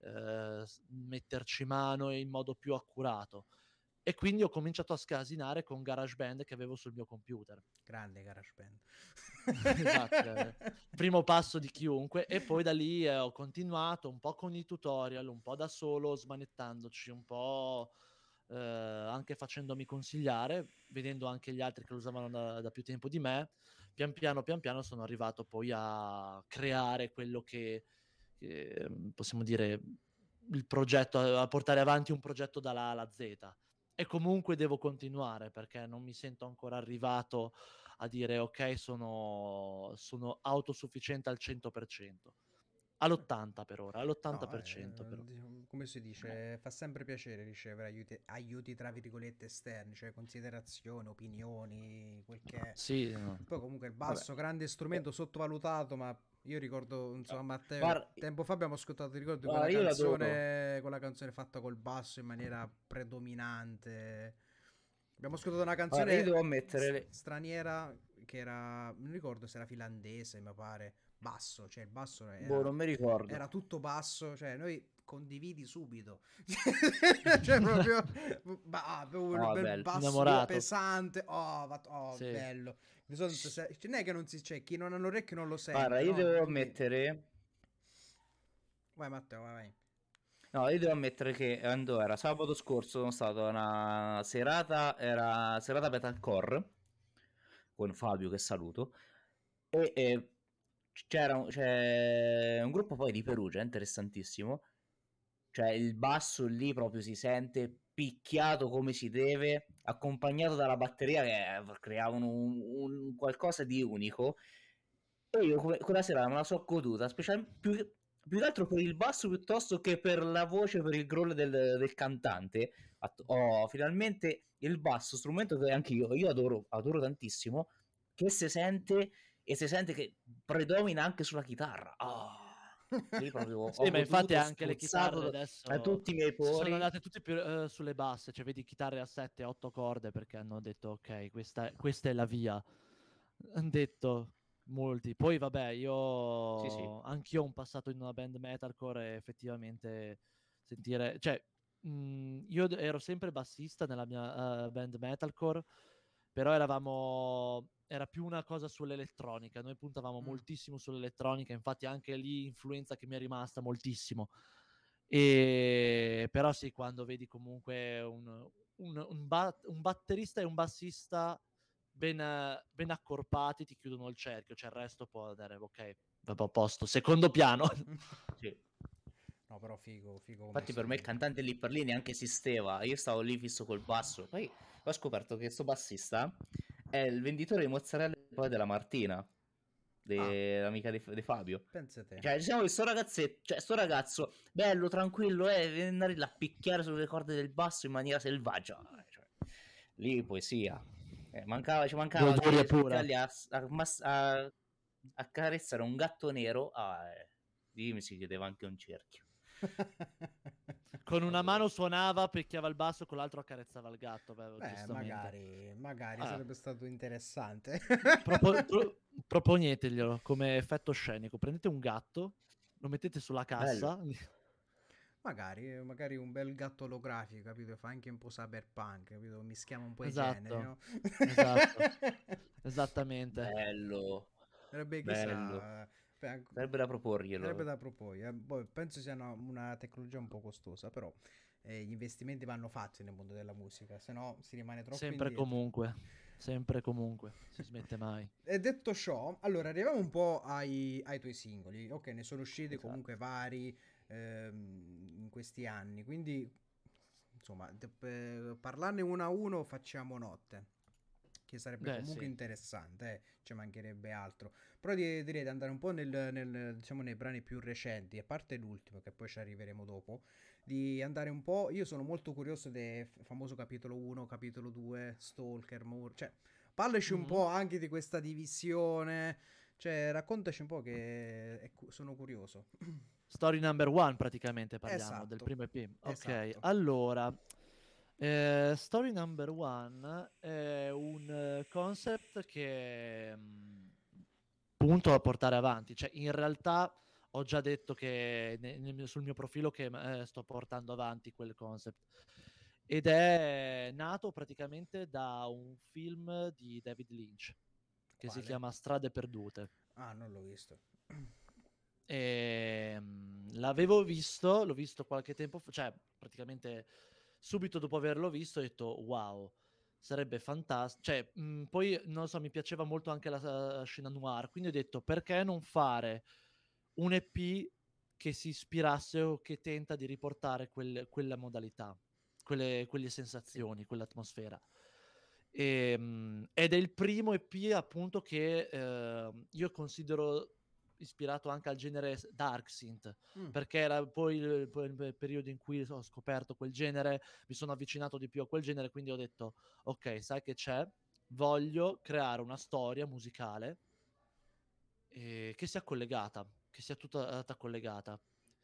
metterci mano in modo più accurato. E quindi ho cominciato a scasinare con GarageBand che avevo sul mio computer. Grande GarageBand. Esatto, primo passo di chiunque. E poi da lì ho continuato un po' con i tutorial, un po' da solo, smanettandoci, un po' anche facendomi consigliare, vedendo anche gli altri che lo usavano da più tempo di me. Pian piano sono arrivato poi a creare quello che possiamo dire il progetto, a portare avanti un progetto dalla A alla Z. E comunque devo continuare, perché non mi sento ancora arrivato a dire ok, sono autosufficiente al 100%. All'80 per ora, No, all'80% però. diciamo, come si dice, fa sempre piacere ricevere aiuti tra virgolette esterni, cioè considerazioni, opinioni, quel che è. Sì, no. Poi comunque il Vabbè. basso, grande strumento sottovalutato, ma io ricordo, insomma, Matteo, Guarda, tempo fa abbiamo ascoltato, ti ricordi io l'adoro. quella canzone fatta col basso in maniera predominante. Abbiamo ascoltato una Guarda, io canzone devo ammettere, straniera che era, non ricordo se era finlandese, mi pare, basso, cioè il basso boh, non mi ricordo. era tutto basso, cioè noi condividi subito. Cioè proprio proprio un No, bel vabbè, basso Innamorato. pesante. Sì. Bello. Non è che non si c'è chi non ha l'orecchio non lo guarda, sente, io no? devo Quindi ammettere. vai Matteo, vai. No, io devo ammettere che era sabato scorso, sono stato a una serata, era serata metalcore con Fabio che saluto e c'è un gruppo poi di Perugia, interessantissimo, cioè il basso lì proprio si sente picchiato come si deve, accompagnato dalla batteria che creavano un qualcosa di unico. E io quella sera me la so goduta, specialmente più che altro per il basso piuttosto che per la voce, per il growl del cantante. Finalmente il basso, strumento che anche io adoro tantissimo, che si sente e si sente che predomina anche sulla chitarra. Lì proprio Sì, ho ma infatti goduto, anche le chitarre spruzzato a adesso tutti i miei si sono pori. andate tutte più sulle basse, cioè vedi chitarre a 7, 8 corde, perché hanno detto ok, questa è la via. Hanno detto molti. Poi vabbè, Sì, sì. anch'io ho un passato in una band metalcore, e effettivamente sentire, cioè io ero sempre bassista nella mia band metalcore, però era più una cosa sull'elettronica, noi puntavamo Mm. moltissimo sull'elettronica, infatti anche lì influenza che mi è rimasta moltissimo. E però sì, quando vedi comunque un batterista e un bassista ben accorpati, ti chiudono il cerchio, cioè il resto può andare ok, va a posto, secondo piano. Sì. No, però figo come Infatti per me il strumento. cantante lì per lì neanche esisteva, io stavo lì fisso col basso. Poi ho scoperto che sto bassista è il venditore di mozzarella poi della Martina, Ah, l'amica di Fabio. pensa te. Cioè, diciamo che sto ragazzetto, cioè sto ragazzo bello, tranquillo, viene andare là a picchiare sulle corde del basso in maniera selvaggia. Cioè, lì poesia. Ci mancava Goduria che si pura. metteva lì a accarezzare un gatto nero. Lì mi si chiedeva anche un cerchio. Con una Vabbè. mano suonava, picchiava il basso, con l'altro accarezzava il gatto, beh, Beh, giustamente. magari Ah, sarebbe stato interessante. proponiateglielo come effetto scenico. Prendete un gatto, lo mettete sulla Bello. cassa. Magari un bel gatto olografico, capito? Fa anche un po' cyberpunk, capito? Mischiamo un po' i generi, Esatto, no? esatto, esattamente. Bello, Sarebbe, bello. chissà, beh, Sarebbe da sarebbe proporglielo. da proporre. Poi penso sia una tecnologia un po' costosa, però gli investimenti vanno fatti nel mondo della musica, se no si rimane troppo indietro. Sempre comunque, si smette mai. E detto ciò, allora arriviamo un po' ai tuoi singoli. Ok, ne sono usciti comunque Esatto. vari in questi anni, quindi insomma, per parlarne uno a uno facciamo notte, che sarebbe Beh, comunque sì. interessante, ci mancherebbe altro. Però direi di andare un po' diciamo, nei brani più recenti, a parte l'ultimo, che poi ci arriveremo dopo, di andare un po'. Io sono molto curioso del famoso capitolo 1, capitolo 2, Stalker, Moore, cioè, parlaci un Mhm. po' anche di questa divisione, cioè, raccontaci un po' che sono curioso. Story number one praticamente parliamo del Esatto, primo EP. Ok, esatto. allora, Story number one è un concept che punto a portare avanti. Cioè, in realtà ho già detto che sul mio profilo che sto portando avanti quel concept. Ed è nato praticamente da un film di David Lynch che si Quale? chiama Strade Perdute. Ah, non l'ho visto. L'avevo visto, l'ho visto qualche tempo fa, cioè praticamente subito dopo averlo visto ho detto wow, sarebbe fantastico. Cioè, poi non lo so, mi piaceva molto anche la scena noir, quindi ho detto perché non fare un EP che si ispirasse o che tenta di riportare quella modalità, quelle Sì, sensazioni, quell'atmosfera. Ed è il primo EP appunto che io considero ispirato anche al genere dark synth, mm, perché era poi il periodo in cui ho scoperto quel genere, mi sono avvicinato di più a quel genere, quindi ho detto ok, sai che c'è, voglio creare una storia musicale che sia collegata, che sia tutta collegata.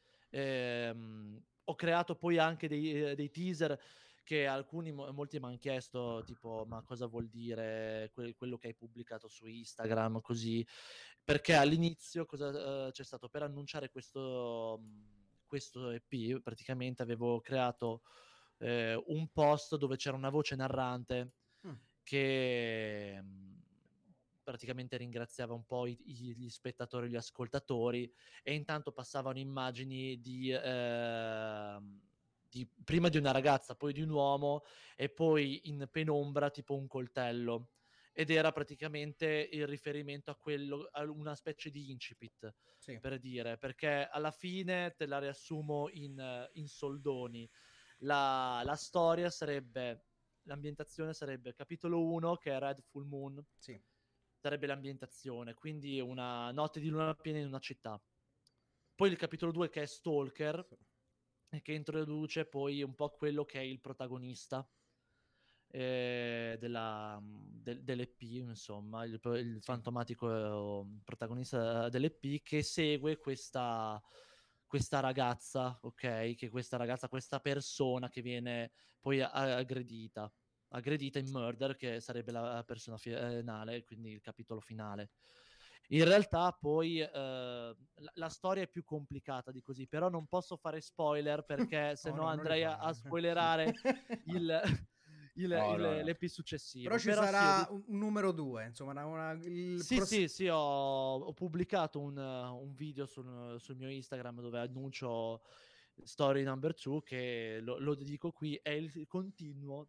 Ho creato poi anche dei teaser che molti mi hanno chiesto, tipo, ma cosa vuol dire quello che hai pubblicato su Instagram, così, perché all'inizio cosa c'è stato per annunciare questo EP, praticamente avevo creato un post dove c'era una voce narrante mm. che praticamente ringraziava un po' gli spettatori, gli ascoltatori, e intanto passavano immagini prima di una ragazza, poi di un uomo, e poi in penombra tipo un coltello. Ed era praticamente il riferimento a una specie di incipit, Sì, per dire, perché alla fine te la riassumo in soldoni. La storia sarebbe, l'ambientazione sarebbe capitolo 1 che è Red Full Moon, sì. sarebbe l'ambientazione, quindi una notte di luna piena in una città. Poi il capitolo 2 che è Stalker, So- che introduce poi un po' quello che è il protagonista dell'EP, insomma, il sì. fantomatico protagonista dell'EP che segue questa ragazza, ok? Che questa ragazza, questa persona che viene poi aggredita in murder, che sarebbe la persona finale, quindi il capitolo finale. In realtà poi la storia è più complicata di così, però non posso fare spoiler perché se No, no no, non li andrei a fare. spoilerare il, No, no, no. l'EP Però successivo. ci Però sì, ho sarà detto, un numero 2, insomma, sì, sì, sì, ho pubblicato un video sul mio Instagram dove annuncio Story Number 2, che lo dico qui, è il continuo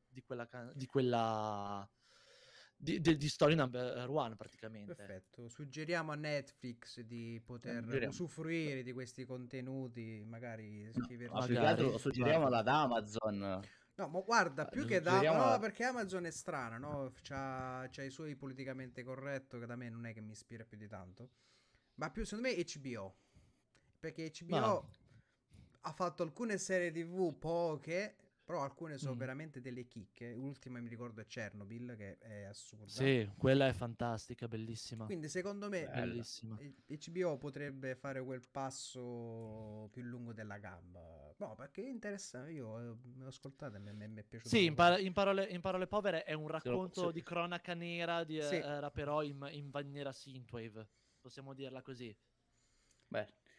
di Story Number 1 praticamente. Perfetto, suggeriamo a Netflix di poter Suggeriamo. usufruire di questi contenuti, magari No, ma scriverci. più che Magari, altro suggeriamo guarda, ad Amazon. No, ma guarda, più che da... Suggeriamo No, a... perché Amazon è strana, no? C'ha i suoi politicamente corretto, che da me non è che mi ispira più di tanto. Ma più, secondo me, HBO. Perché ma... HBO ha fatto alcune serie TV, poche, però alcune sono mm. veramente delle chicche. L'ultima mi ricordo è Chernobyl, che è assurda. Sì, quella è fantastica, bellissima, Quindi secondo me Bella. bellissima. HBO potrebbe fare quel passo più lungo della gamba. No, perché è interessante. Io ho ascoltato e mi è piaciuto Sì, molto. in parole povere è un Se lo- racconto se- di cronaca nera di Sì, era però in maniera synthwave, possiamo dirla così. Beh,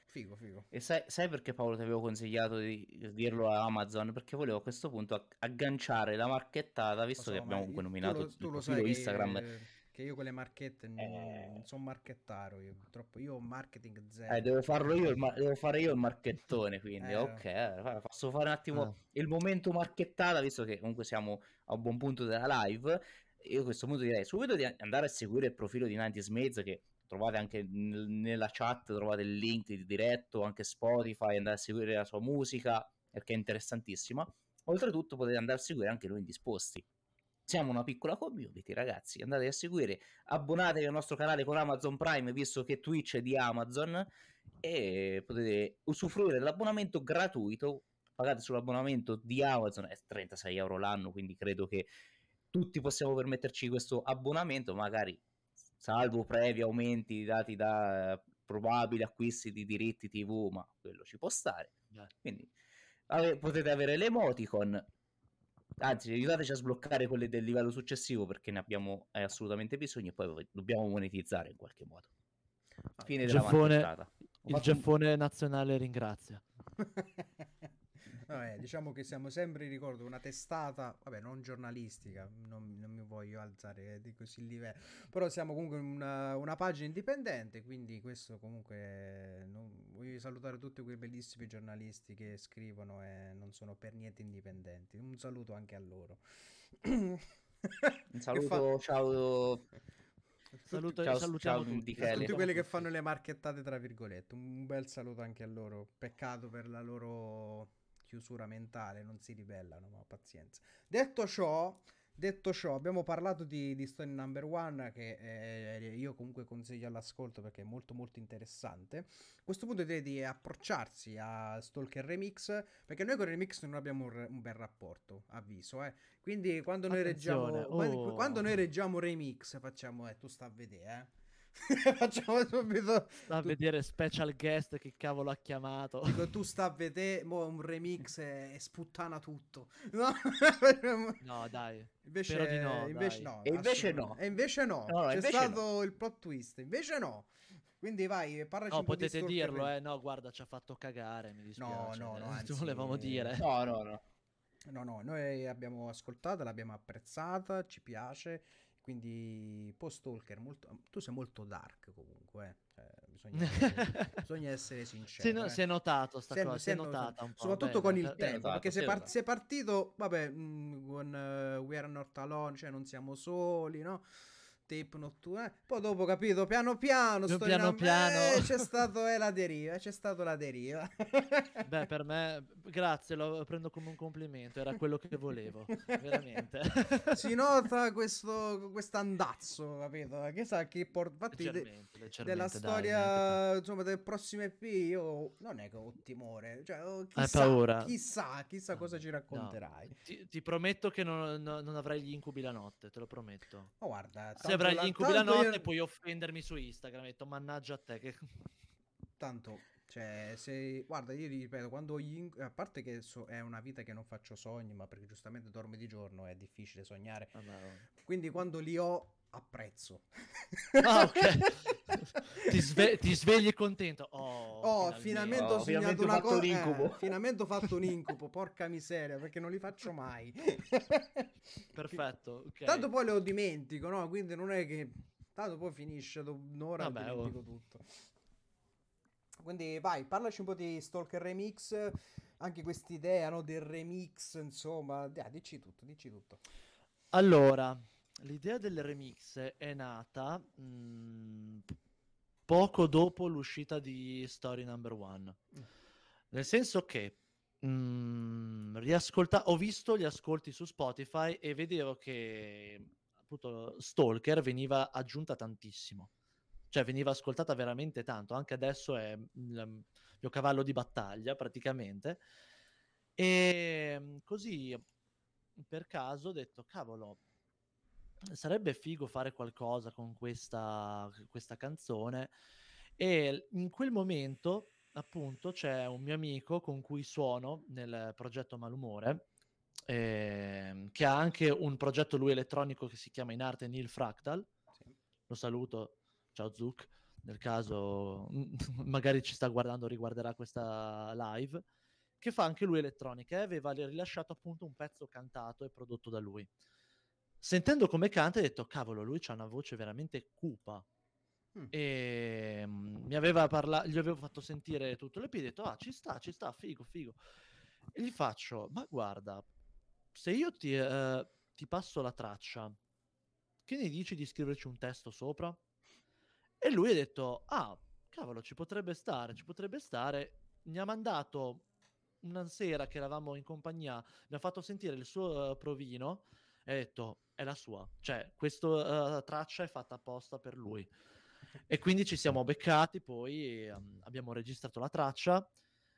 Figo, figo. E sai perché Paolo ti avevo consigliato di dirlo a Amazon? Perché volevo a questo punto agganciare la marchettata, Lo visto che so, ma abbiamo comunque tu nominato lo, il tu lo sai profilo Instagram. che io con le marchette non Eh, sono marchettaro, io purtroppo io ho marketing zero. devo farlo io, devo fare io il marchettone, quindi Eh, ok, posso fare un Ah, attimo il momento marchettata, visto che comunque siamo a un buon punto della live. Io a questo punto direi subito di andare a seguire il profilo di 90s Maze, che trovate anche nella chat, trovate il link di diretto, anche Spotify, andare a seguire la sua musica, perché è interessantissima. Oltretutto potete andare a seguire anche noi indisposti. Siamo una piccola community, ragazzi. Andate a seguire, abbonatevi al nostro canale con Amazon Prime, visto che Twitch è di Amazon, e potete usufruire dell'abbonamento gratuito. Pagate sull'abbonamento di Amazon, è 36 € l'anno, quindi credo che tutti possiamo permetterci questo abbonamento, magari salvo previ aumenti dati da probabili acquisti di diritti TV, ma quello ci può stare. beh. Quindi potete avere l'emoticon, anzi aiutateci a sbloccare quelle del livello successivo, perché ne abbiamo assolutamente bisogno, e poi dobbiamo monetizzare in qualche modo. Fine della Geffone, marchettata. Ho il fatto un... Geffone nazionale ringrazia. Vabbè, diciamo che siamo sempre, ricordo, una testata, vabbè, non giornalistica, non mi voglio alzare di così livello, però siamo comunque una pagina indipendente, quindi questo comunque voglio salutare tutti quei bellissimi giornalisti che scrivono e non sono per niente indipendenti. Un saluto anche a loro. Un Che fa... saluto, ciao, ciao Salutiamo tutti, Michele. Tutti salutiamo quelli che tutti. fanno le marchettate, tra virgolette, un bel saluto anche a loro. Peccato per la loro chiusura mentale, non si ribellano, ma pazienza. Detto ciò, abbiamo parlato di Story Number One, che io comunque consiglio all'ascolto perché è molto molto interessante. A questo punto direi di approcciarsi a Stalker Remix, perché noi con Remix non abbiamo un bel rapporto, avviso, eh. Quindi quando noi Attenzione, reggiamo, quando oh, noi reggiamo Remix facciamo, tu sta a vedere, eh. Facciamo subito. sta a vedere special guest che cavolo ha chiamato. Dico, tu sta a vedere, mo un remix e sputtana tutto. No? No, dai, spero di invece, no, invece dai. no, E invece assolutamente. no. E invece no, No, no, c'è invece no. stato il plot twist. Invece no. Quindi vai, parlaci No, un po' di potete Stalker dirlo, Remix. no, guarda, ci ha fatto cagare, mi No, dispiace. no, no, Ti anzi, volevamo dire. No, no, no. no, no, noi abbiamo ascoltato, l'abbiamo apprezzata, ci piace. Quindi, post Stalker, tu sei molto dark comunque. Cioè, bisogna essere sincero. Si è notato sta cosa, si è No, notata un po'. soprattutto con Bene, il Si è tempo, perché notato, si è notato. sei partito, vabbè, con We Are Not Alone, cioè non siamo soli, no? Tape notturno, poi dopo capito, piano piano, piano piano. c'è stato la deriva, c'è stato la deriva. Beh, per me, grazie, lo prendo come un complimento, era quello che volevo, veramente. Si nota questo andazzo, capito? Che sa che infatti della Leggermente, dai, neanche storia, insomma, del prossimo EP io non è che ho timore, cioè hai paura? chissà No, cosa ci no. racconterai. Ti prometto che non avrai gli incubi la notte, te lo prometto. Ma guarda, Se avrai gli incubi la tanto notte puoi offendermi su Instagram, detto mannaggia a te che... tanto, cioè, se guarda, io ti ripeto, quando a parte che è una vita che non faccio sogni, ma perché giustamente dormo di giorno, è difficile sognare. Vabbè, oh. Quindi quando li ho apprezzo. Ah, ok. Ti svegli contento. Oh, Finalmente ho Oh, sognato finalmente ho una fatto cosa. l'incubo. Finalmente ho fatto un incubo, porca miseria, perché non li faccio mai. Perfetto, ok. Tanto poi lo dimentico, no? Quindi non è che. Tanto poi finisce dopo un'ora e Vabbè, oh. dimentico tutto. Quindi vai, parlaci un po' di Stalker Remix. Anche quest'idea, no? Del remix, insomma. Dici tutto, dici tutto. Allora, l'idea del remix è nata poco dopo l'uscita di Story Number One. Nel senso che ho visto gli ascolti su Spotify e vedevo che appunto Stalker veniva aggiunta tantissimo. Cioè veniva ascoltata veramente tanto. Anche adesso è il mio cavallo di battaglia praticamente. E così per caso ho detto, cavolo, sarebbe figo fare qualcosa con questa canzone. E in quel momento, appunto, c'è un mio amico con cui suono nel progetto Malumore, che ha anche un progetto lui elettronico che si chiama In Arte Neil Fractal. Sì. Lo saluto, ciao Zuc. nel caso magari ci sta guardando o riguarderà questa live, che fa anche lui elettronica e aveva rilasciato appunto un pezzo cantato e prodotto da lui. Sentendo come canta, ho detto, cavolo, lui c'ha una voce veramente cupa. Mm. E mi aveva gli avevo fatto sentire tutto l'EP, ho detto, ah, ci sta, figo, figo. E gli faccio, ma guarda, se io ti passo la traccia, che ne dici di scriverci un testo sopra? E lui ha detto, ah, cavolo, ci potrebbe stare, ci potrebbe stare. Mi ha mandato una sera che eravamo in compagnia, mi ha fatto sentire il suo provino e ha detto, è la sua. Cioè, questa traccia è fatta apposta per lui. E quindi ci siamo beccati, poi abbiamo registrato la traccia.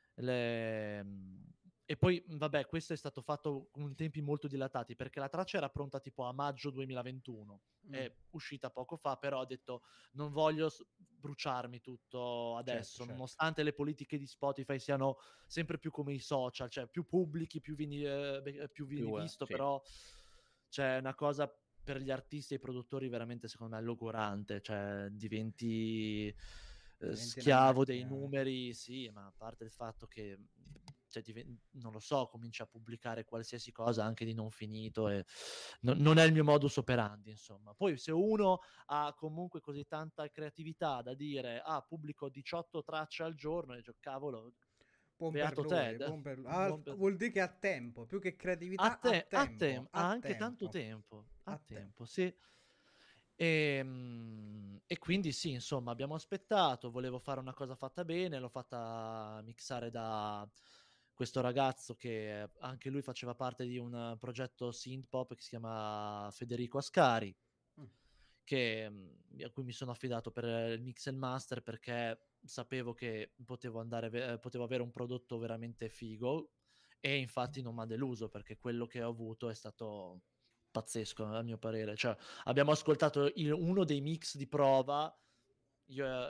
E poi, vabbè, questo è stato fatto con tempi molto dilatati, perché la traccia era pronta tipo a maggio 2021. Mm. È uscita poco fa, però ho detto non voglio bruciarmi tutto adesso, Certo. nonostante le politiche di Spotify siano sempre più come i social, cioè più pubblichi, più vieni visto, sì. però c'è una cosa per gli artisti e i produttori veramente, secondo me, logorante, cioè diventi schiavo dei numeri, sì, ma a parte il fatto che cioè, non lo so, comincia a pubblicare qualsiasi cosa anche di non finito e non è il mio modus operandi, insomma. Poi se uno ha comunque così tanta creatività da dire, pubblico 18 tracce al giorno, e dico, cavolo, Buon per beato lui, te. vuol dire che ha tempo, più che creatività, Ha ha anche tanto tempo. tempo, Ha ha tempo. tempo, sì. E quindi sì, insomma, abbiamo aspettato, volevo fare una cosa fatta bene, l'ho fatta mixare da questo ragazzo che anche lui faceva parte di un progetto synth pop che si chiama Federico Ascari, Mm. a cui mi sono affidato per il mix e il master, perché sapevo che potevo avere un prodotto veramente figo, e infatti non mi ha deluso, perché quello che ho avuto è stato pazzesco a mio parere. Cioè, abbiamo ascoltato uno dei mix di prova, io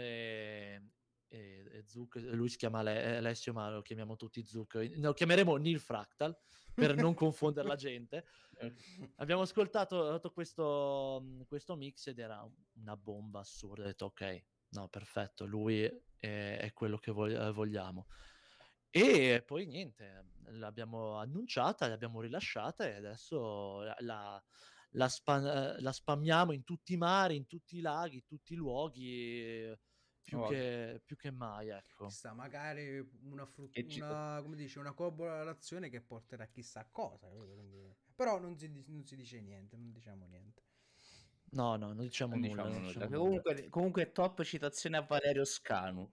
e Zook, lui si chiama Alessio, ma lo chiamiamo tutti Zook, lo chiameremo Neil Fractal per non confondere la gente. Abbiamo ascoltato questo mix ed era una bomba assurda. Ho detto, ok, no, perfetto, lui è quello che vogliamo. E poi niente, l'abbiamo annunciata, l'abbiamo rilasciata e adesso la spammiamo in tutti i mari, in tutti i laghi, in tutti i luoghi, più che mai, ecco. Chissà, magari E ci- come dice, una collaborazione che porterà chissà cosa. Però non si dice niente, non diciamo niente. No, non diciamo non nulla, diciamo non nulla. diciamo nulla. Comunque top citazione a Valerio Scanu.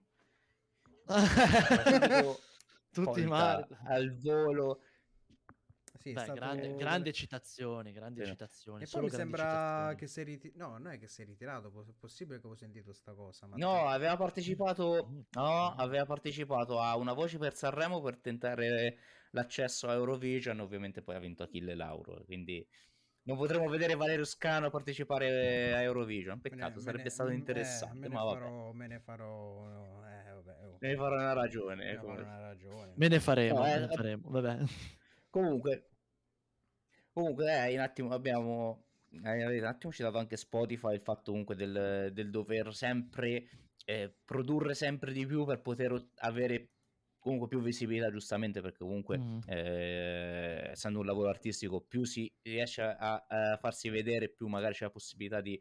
Tutti i mari. Colta al volo. Sì, è Beh, stato grandi citazioni, Sì. E poi solo mi grandi sembra citazioni. che no, non è che si è ritirato, è possibile che avevo sentito sta cosa, No, Matteo. aveva partecipato a Una voce per Sanremo per tentare l'accesso a Eurovision, ovviamente poi ha vinto Achille Lauro, quindi non potremo vedere Valerio Scano partecipare a Eurovision, peccato, sarebbe stato interessante, ma vabbè, Me ne farò, no, vabbè, oh, ne farò una me ragione. ne farò una ragione. Me No, ne faremo, vabbè. comunque, in un attimo avete un attimo citato anche Spotify, il fatto comunque del dover sempre produrre sempre di più per poter avere comunque più visibilità, giustamente, perché comunque essendo un lavoro artistico più si riesce a farsi vedere, più magari c'è la possibilità di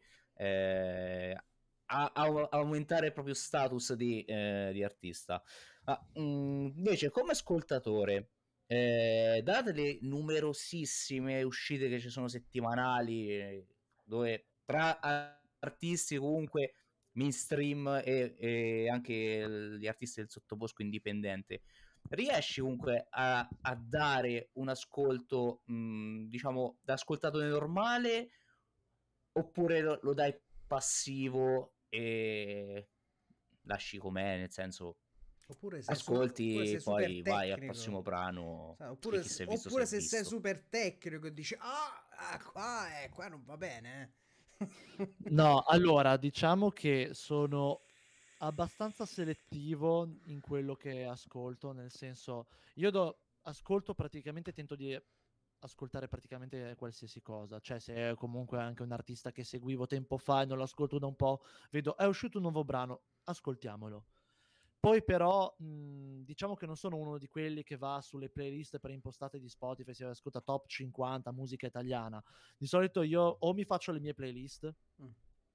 aumentare il proprio status di artista. Invece come ascoltatore, date le numerosissime uscite che ci sono settimanali, dove tra artisti comunque mainstream e anche gli artisti del sottobosco indipendente, riesci comunque a dare un ascolto, diciamo, da ascoltatore normale, oppure lo dai passivo e lasci com'è, nel senso Oppure ascolti, sei super poi vai al tecnico. prossimo brano e Oppure, chi si è visto si oppure è se sei visto. super tecnico e dici, qua non va bene. No, allora, diciamo che sono abbastanza selettivo in quello che ascolto, nel senso, ascolto praticamente, tento di ascoltare praticamente qualsiasi cosa. Cioè, se è comunque anche un artista che seguivo tempo fa e non l'ascolto da un po', vedo è uscito un nuovo brano, ascoltiamolo. Poi però, diciamo che non sono uno di quelli che va sulle playlist preimpostate di Spotify, si ascolta top 50 musica italiana. Di solito io o mi faccio le mie playlist, Mm.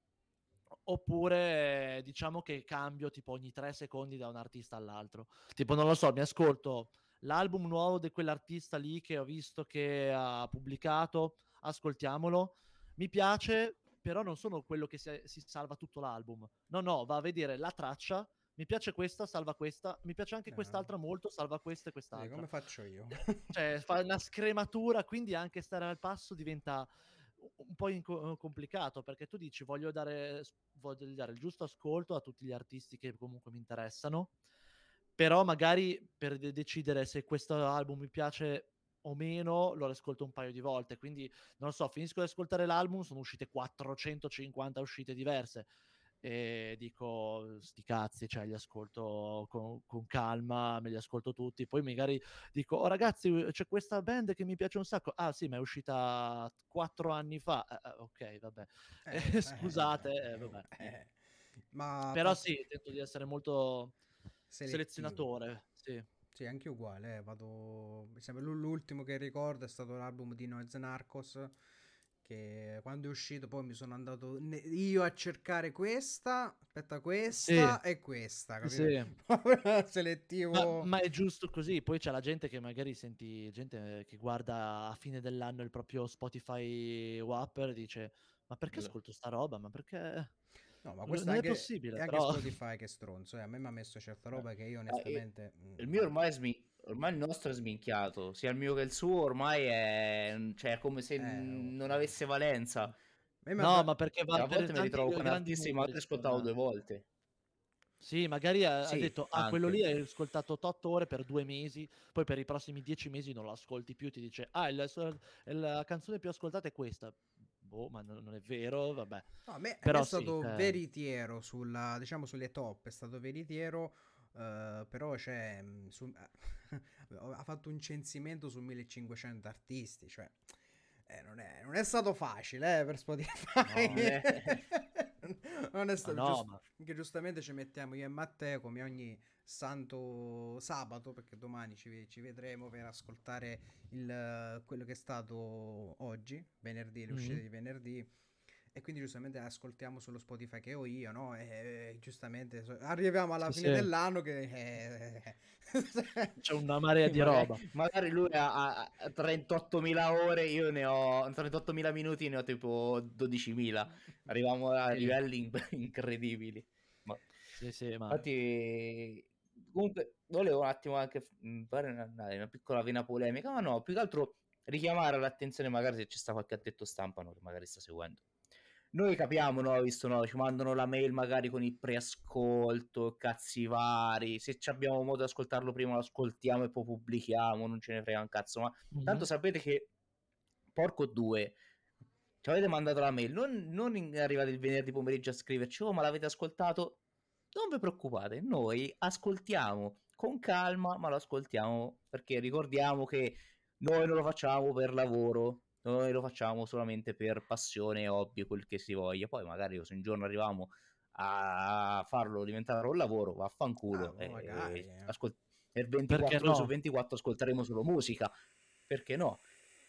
oppure diciamo che cambio tipo ogni 3 secondi da un artista all'altro. Tipo, non lo so, mi ascolto l'album nuovo di quell'artista lì che ho visto che ha pubblicato, ascoltiamolo. Mi piace, però non sono quello che si salva tutto l'album. No, va a vedere la traccia, mi piace questa, salva questa, mi piace anche quest'altra molto, salva questa e Sì, quest'altra. come faccio io. Cioè, fa una scrematura, quindi anche stare al passo diventa un po' complicato, perché tu dici voglio dare il giusto ascolto a tutti gli artisti che comunque mi interessano, però magari per decidere se questo album mi piace o meno lo ascolto un paio di volte, quindi non lo so, finisco di ascoltare l'album, sono uscite 450 uscite diverse e dico sti cazzi, cioè li ascolto con calma, me li ascolto tutti, poi magari dico oh ragazzi c'è questa band che mi piace un sacco, ah sì ma è uscita 4 anni fa, ok vabbè, scusate, vabbè. Ma Però sì, tento di essere molto selettivo. selezionatore, sì. Sì, anche io uguale, vado... mi sembra l'ultimo che ricordo è stato l'album di Noyz Narcos, che quando è uscito poi mi sono andato io a cercare questa, aspetta, Sì, questa e questa, sì, capito? sì. Selettivo. Ma è giusto così, poi c'è la gente che magari senti gente che guarda a fine dell'anno il proprio Spotify Wrapper e dice ma perché ascolto sta roba? Ma perché No, ma questo non è è possibile, anche però Spotify che è stronzo, a me mi ha messo certa roba che io onestamente... Il mio ormai, ormai il nostro è sminchiato, sia il mio che il suo ormai è, cioè, è come se non ok. avesse valenza. A me mi ha no, ma perché Cioè, va a per volte mi tanti ritrovo con grandi artisti che magari numeri ho secondo ascoltato me. 2 volte. Sì, magari ha Sì, detto, ah, quello lì anche. hai ascoltato 8 ore per 2 mesi, poi per i prossimi 10 mesi non lo ascolti più, ti dice, ah, la canzone più ascoltata è questa. Boh, ma non è vero, vabbè. No, a me è Però sì, stato cioè, veritiero sulla, diciamo, sulle top, è stato veritiero, però c'è, ha fatto un censimento su 1500 artisti, cioè, non è stato facile, per Spotify. no, Non è ma stato no, ma che giustamente ci mettiamo io e Matteo come ogni santo sabato, perché domani ci vedremo per ascoltare quello che è stato oggi, venerdì, le uscite mm, di venerdì. E quindi giustamente ascoltiamo sullo Spotify che ho io, no? E giustamente arriviamo alla sì, fine sì, dell'anno che... c'è una marea di roba. Magari lui ha 38.000 ore, io ne ho 38.000 minuti, ne ho tipo 12.000. Arriviamo a Sì, livelli incredibili. Ma sì, sì, ma infatti, comunque, volevo un attimo anche fare una piccola vena polemica, ma no, più che altro richiamare l'attenzione, magari se c'è sta qualche addetto stampa, no, che magari sta seguendo. Noi capiamo, no, visto, no, ci mandano la mail magari con il preascolto, cazzi vari, se ci abbiamo modo di ascoltarlo prima lo ascoltiamo e poi pubblichiamo, non ce ne frega un cazzo, ma tanto mhm. sapete che, porco due, ci avete mandato la mail, non arrivate il venerdì pomeriggio a scriverci, oh ma l'avete ascoltato? Non vi preoccupate, noi ascoltiamo con calma, ma lo ascoltiamo perché ricordiamo che noi non lo facciamo per lavoro, noi lo facciamo solamente per passione, hobby, quel che si voglia. Poi magari se un giorno arriviamo a farlo diventare un lavoro, Ah, vaffanculo, ma magari. per Perché 24 ore su no? 24 ascolteremo solo musica, perché no?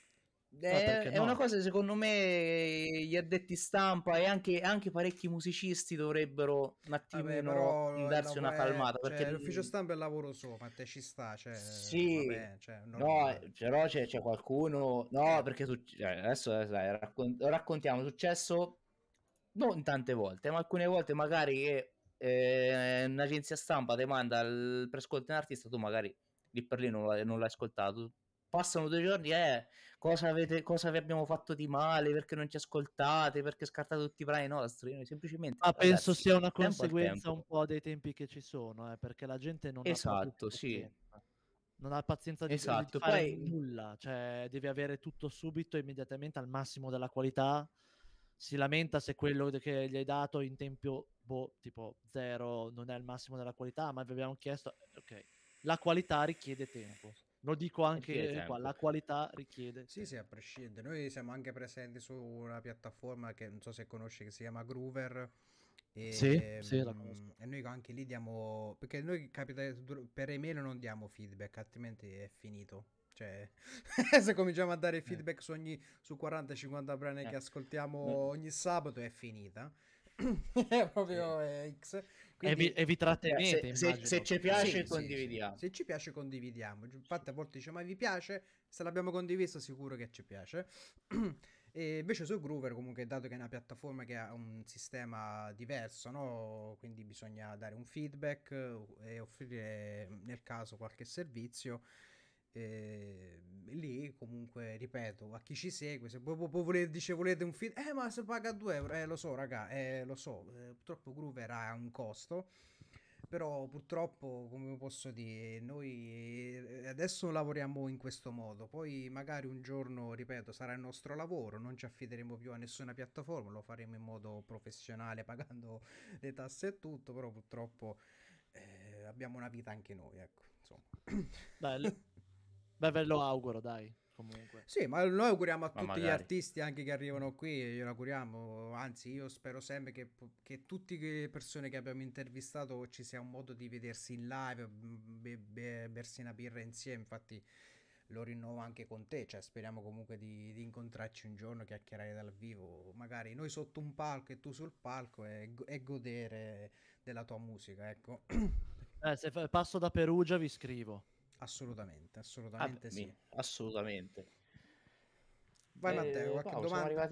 Perché È una no? cosa che secondo me gli addetti stampa e anche parecchi musicisti dovrebbero un Vabbè, attimino però darsi una calmata, perché cioè, l'ufficio stampa è il lavoro suo, ma te ci sta, cioè, sì, vabbè, cioè, è no, normale. però c'è qualcuno, no, perché adesso dai, raccontiamo, è successo non tante volte, ma alcune volte magari che un'agenzia stampa ti manda il prescolto di un artista, tu magari lì per lì non l'hai ascoltato. Passano 2 giorni, cosa vi abbiamo fatto di male, perché non ci ascoltate, perché scartate tutti i brani nostri, semplicemente, Ma penso ragazzi, sia una tempo al conseguenza un tempo. po' dei tempi che ci sono, perché la gente non ha proprio più Esatto, sì, pazienza. Non ha pazienza di esatto. fare Poi nulla, cioè devi avere tutto subito, immediatamente al massimo della qualità. Si lamenta se quello che gli hai dato in tempo, boh, tipo zero, non è al massimo della qualità, ma vi abbiamo chiesto, ok, la qualità richiede tempo. Lo dico Richiede anche qua, tempo. la qualità richiede Sì, sì, a prescindere. Noi siamo anche presenti su una piattaforma che non so se conosci, che si chiama Groover. Sì, sì, la conosco. E noi anche lì diamo. Perché noi capita per email non diamo feedback, altrimenti è finito. Cioè, se cominciamo a dare Eh, feedback su 40-50 brani che eh, ascoltiamo no, ogni sabato, è finita. È sì. proprio X. E vi, Quindi. e vi trattenete, Se immagino, ci perché... piace Sì, sì, sì. condividiamo. Se ci piace condividiamo. Sì. Infatti a volte dice ma vi piace? Se l'abbiamo condiviso sicuro che ci piace. E invece su Groover comunque dato che è una piattaforma che ha un sistema diverso, no? Quindi bisogna dare un feedback e offrire nel caso qualche servizio. Lì comunque ripeto a chi ci segue se poi volete, dice volete un feedback ma se paga 2 euro lo so raga lo so purtroppo Groover ha un costo però purtroppo, come posso dire, noi adesso lavoriamo in questo modo, poi magari un giorno, ripeto, sarà il nostro lavoro, non ci affideremo più a nessuna piattaforma, lo faremo in modo professionale, pagando le tasse e tutto, però purtroppo abbiamo una vita anche noi, ecco, insomma. Beh, beh, ve lo auguro, dai, comunque. Sì, ma noi auguriamo a Ma tutti gli magari. artisti anche che arrivano qui, glielo auguriamo, anzi io spero sempre che tutte le persone che abbiamo intervistato ci sia un modo di vedersi in live, bersi una birra insieme, infatti lo rinnovo anche con te, cioè speriamo comunque di incontrarci un giorno, chiacchierare dal vivo, magari noi sotto un palco e tu sul palco e godere della tua musica, ecco. Se passo da Perugia vi scrivo. Assolutamente, Ah, beh, assolutamente sì. assolutamente. Vai Matteo, qualche Paolo, siamo domanda? arrivati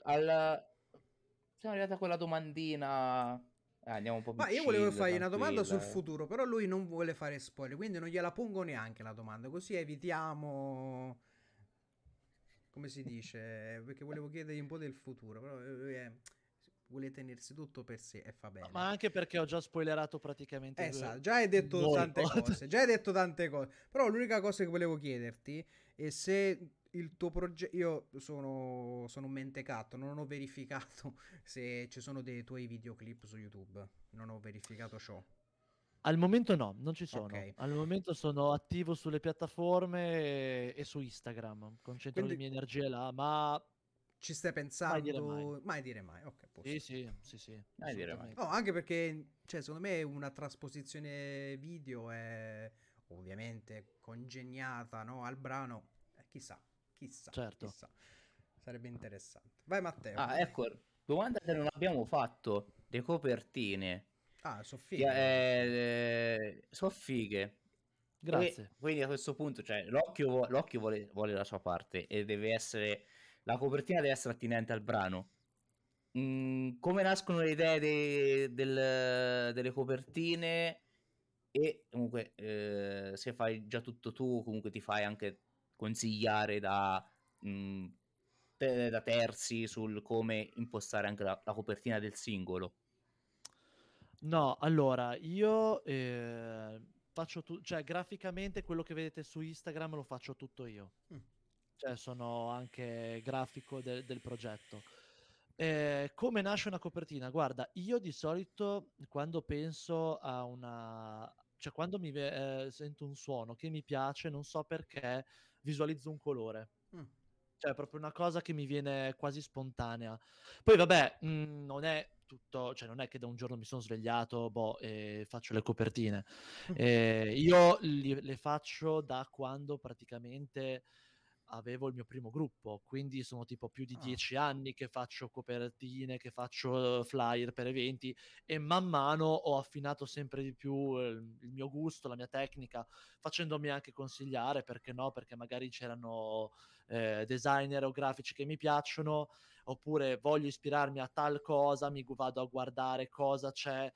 siamo arrivati a quella domandina. Andiamo un po' più Ma io volevo chill, fargli una domanda sul tranquilla. futuro, però lui non vuole fare spoiler, quindi non gliela pongo neanche la domanda, così evitiamo, come si dice, perché volevo chiedergli un po' del futuro, però lui vuole tenersi tutto per sé e fa bene. Ma anche perché ho già spoilerato praticamente Esatto, già hai detto molto. tante cose, già hai detto tante cose, però l'unica cosa che volevo chiederti è se il tuo progetto, io sono un mentecatto, non ho verificato se ci sono dei tuoi videoclip su YouTube, non ho verificato ciò. Al momento no, non ci sono. Ok, Al momento sono attivo sulle piattaforme e su Instagram. Concentro le quindi mie energie là, ma ci stai mai dire mai. pensando? Mai dire mai, ok, a Sì, posto. sì, sì, sì, Dai, dire mai. No, assolutamente. anche perché, cioè, secondo me una trasposizione video è ovviamente congegnata, no, al brano. Chissà, chissà, Certo. chissà. Sarebbe interessante. Vai Matteo. Ah, ecco, domanda che non abbiamo fatto. Le copertine. Ah, sono fighe le copertine. Sono fighe. E Grazie. quindi a questo punto, cioè, l'occhio vuole la sua parte e deve essere. La copertina deve essere attinente al brano. Come nascono le idee delle copertine? E comunque, se fai già tutto tu, comunque ti fai anche consigliare mh, da terzi sul come impostare anche la copertina del singolo. No, allora, io faccio cioè graficamente quello che vedete su Instagram lo faccio tutto io. Mm. Cioè sono anche grafico del progetto. Come nasce una copertina? Guarda, io di solito quando penso a una... cioè quando sento un suono che mi piace, non so perché, visualizzo un colore. Mm. Cioè è proprio una cosa che mi viene quasi spontanea. Poi vabbè, non è tutto, cioè non è che da un giorno mi sono svegliato, boh, e faccio le copertine. Io le faccio da quando praticamente avevo il mio primo gruppo, quindi sono tipo più di Ah. 10 anni che faccio copertine, che faccio flyer per eventi e man mano ho affinato sempre di più il mio gusto, la mia tecnica, facendomi anche consigliare, perché no? Perché magari c'erano designer o grafici che mi piacciono, oppure voglio ispirarmi a tal cosa, mi vado a guardare cosa c'è,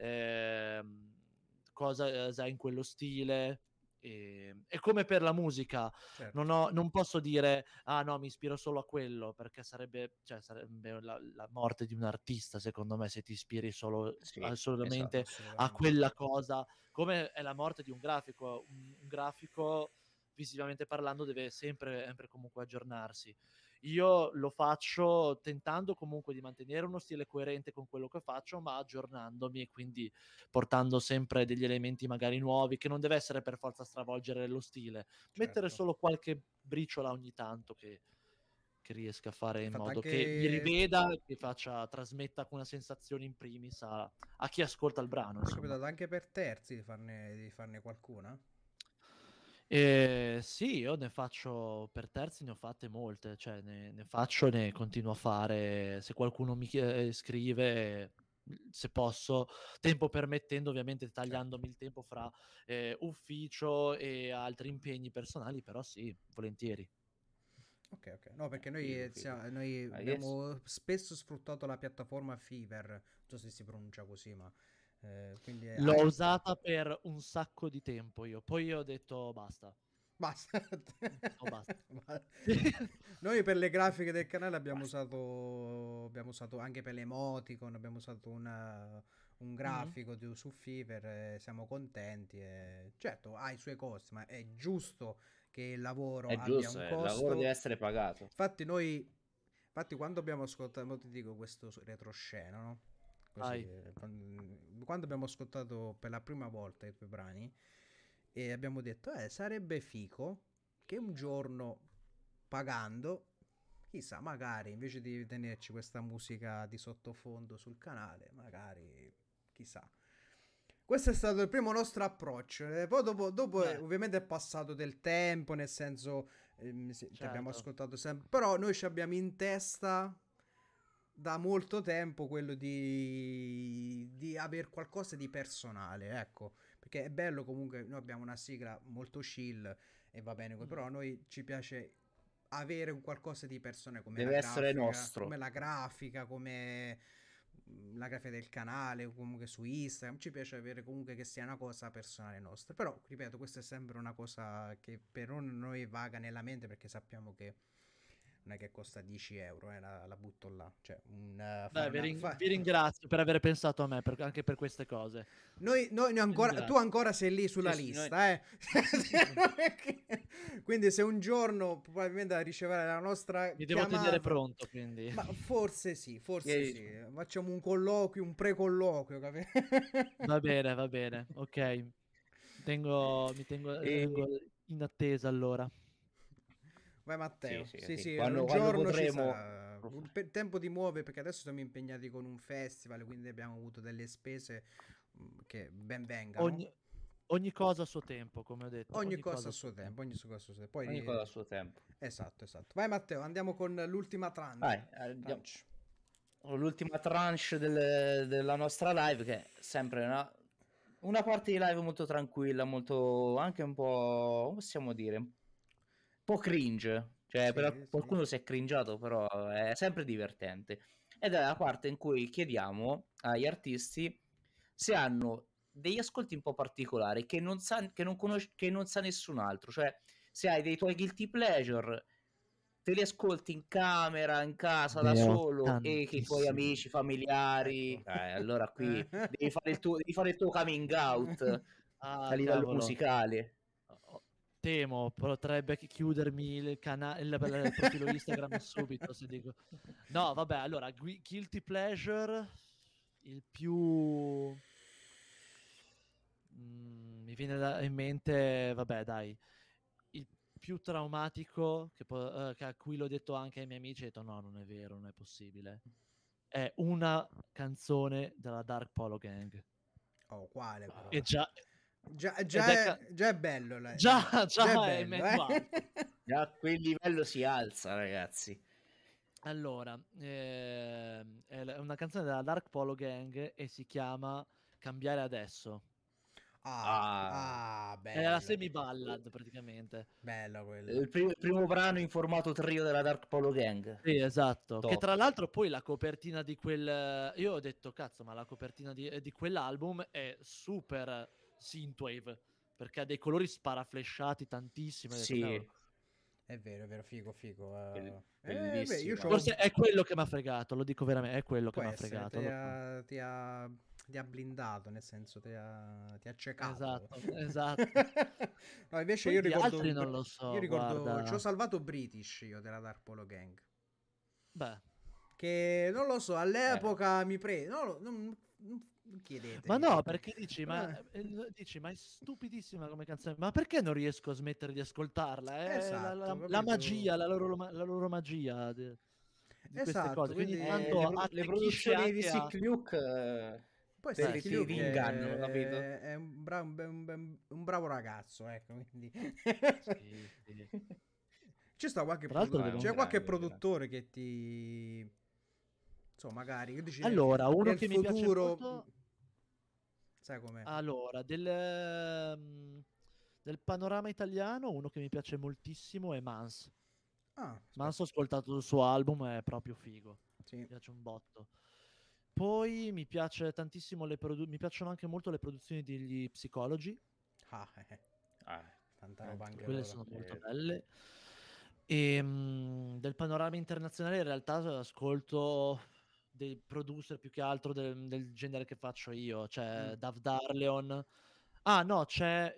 cosa c'è in quello stile. E come per la musica, Certo. non posso dire, ah no, mi ispiro solo a quello, perché sarebbe la morte di un artista, secondo me, se ti ispiri Sì, esatto. solamente a Assolutamente. quella cosa, come è la morte di un grafico. Un grafico, visivamente parlando, deve sempre comunque aggiornarsi. Io lo faccio tentando comunque di mantenere uno stile coerente con quello che faccio, ma aggiornandomi e quindi portando sempre degli elementi magari nuovi, che non deve essere per forza stravolgere lo stile, mettere Certo. solo qualche briciola ogni tanto che riesca a fare in Infatti modo che mi anche riveda, che trasmetta una sensazione in primis a chi ascolta il brano, è insomma. capitato anche per terzi di farne qualcuna? Sì, io ne faccio per terzi, ne ho fatte molte, cioè ne faccio, ne continuo a fare. Se qualcuno mi scrive, se posso, tempo permettendo, ovviamente Certo. tagliandomi il tempo fra ufficio e altri impegni personali, però sì, volentieri. Ok, ok. No, perché Figo, figo. noi Adesso abbiamo spesso sfruttato la piattaforma Fiverr, non so se si pronuncia così, ma quindi L'ho usata per un sacco di tempo io, poi ho detto basta. basta. No, basta. Ma- Noi per le grafiche del canale abbiamo usato anche per le emoticon, abbiamo usato un Mhm. grafico su Fiverr, siamo contenti. Certo, ha i suoi costi, ma è giusto che il lavoro è abbia giusto, un il lavoro deve costo. essere pagato. Infatti quando abbiamo ascoltato, mo ti dico questo retroscena, no? Così, Vai. quando abbiamo ascoltato per la prima volta i tuoi brani e abbiamo detto, sarebbe fico che un giorno pagando, chissà, magari invece di tenerci questa musica di sottofondo sul canale, magari, chissà. Questo è stato il primo nostro approccio. Poi dopo Beh, ovviamente è passato del tempo, nel senso ti abbiamo certo. ascoltato sempre, però noi ci abbiamo in testa da molto tempo quello di avere qualcosa di personale, ecco, perché è bello comunque, noi abbiamo una sigla molto chill e va bene, Mhm. però a noi ci piace avere un qualcosa di personale Deve essere nostro. come la grafica, come la grafica del canale, comunque su Instagram, ci piace avere comunque che sia una cosa personale nostra, però ripeto, questa è sempre una cosa che per noi vaga nella mente perché sappiamo che non è che costa 10 euro, la butto là. Cioè, Beh, vi ringrazio per aver pensato a me anche per queste cose. noi Vi ancora, tu ringrazio. ancora sei lì sulla Sì, sì, noi... lista, eh. Sì, sì, sì. Quindi se un giorno probabilmente riceverai la nostra Mi devo tenere chiamata, pronto, quindi. ma forse sì, forse Ieri- sì. Facciamo un colloquio, un pre-colloquio, capito? Va bene, ok. Rimango E... in attesa allora. Vai Sì, Matteo, sì, sì sì. sì, un Quando giorno ci potremo... sarà. Tempo di muovere perché adesso siamo impegnati con un festival, quindi abbiamo avuto delle spese che ben vengano. Ogni, ogni cosa a suo tempo, come ho detto, Ogni ogni cosa cosa a a suo suo tempo, tempo. ogni cosa a suo tempo. Poi Ogni cosa a suo tempo. esatto, esatto. Vai Matteo, andiamo con l'ultima Vai, tranche. andiamo. Tranche. L'ultima tranche della nostra live, che è sempre una parte di live molto tranquilla, molto anche un po', come possiamo dire, un po' cringe. Cioè, Sì, sì. qualcuno si è cringiato, però è sempre divertente. Ed è la parte in cui chiediamo agli artisti se hanno degli ascolti un po' particolari che non sa, che non conosce, che non sa nessun altro. Cioè, se hai dei tuoi guilty pleasure, te li ascolti in camera, in casa, da Ne ho solo e che i tuoi tantissimi. amici, familiari, Ecco. allora qui devi fare il tuo coming out a Ah, livello cavolo. musicale. Oh, temo, potrebbe chiudermi il profilo Instagram subito se dico. No, vabbè, allora, Guilty Pleasure, il più... mi viene in mente, vabbè, dai, il più traumatico che a cui l'ho detto anche ai miei amici, ho detto no, non è vero, non è possibile. È una canzone della Dark Polo Gang. Oh, quale però? E già, ed è Già è bello, già è già è bello, eh. medio alto. Già a quel livello si alza, ragazzi. Allora, è una canzone della Dark Polo Gang e si chiama Cambiare Adesso. Ah, È la Bello, semi-ballad praticamente. bello quello. il primo brano in formato trio della Dark Polo Gang. Sì, esatto. Che Top. tra l'altro poi la copertina di quel... Io ho detto, cazzo, ma la copertina di quell'album è super synthwave, perché ha dei colori sparafleshati tantissimo. Ho detto, cavolo. Sì, È vero, figo, figo. Beh, io bellissima. c'ho... Forse è quello che mi ha fregato, lo dico veramente, è quello che Può mi ha essere, fregato. Lo so. ti ha blindato, nel senso ti ha ciecato. Esatto, esatto. No, invece Poi di altri non lo io so, ricordo, ci ho guarda. salvato British io della Dark Polo Gang. Beh, Che non lo so, all'epoca mi no, non chiedete. ma no, perché dici, ma è stupidissima come canzone, ma perché non riesco a smettere di ascoltarla? È Esatto, la capito? magia, la loro magia di queste Esatto, cose, che ogni quindi tanto Le attecchisce produzioni di anche a... Sick Luke poi Beh, Sick ti sì, Luke comunque. ingannano, capito? è un bravo ragazzo, ecco, quindi Sì, sì. ci sta qualche Tra l'altro No, è un c'è qualche grande, un grande. produttore che ti insomma, magari che dici Allora, uno nel che mi piace futuro molto... sai com'è? Allora, del panorama italiano, uno che mi piace moltissimo è Mans. Ah, Mans aspetta. ho ascoltato il suo album, è proprio figo. Sì. Mi piace un botto. Poi mi piace tantissimo mi piacciono anche molto le produzioni degli Psicology, Ah, Ah, tanta roba anche quelle loro. sono molto belle. E del panorama internazionale in realtà ascolto dei producer più che altro del genere che faccio io, cioè Mm, Dav Darleon. Ah no,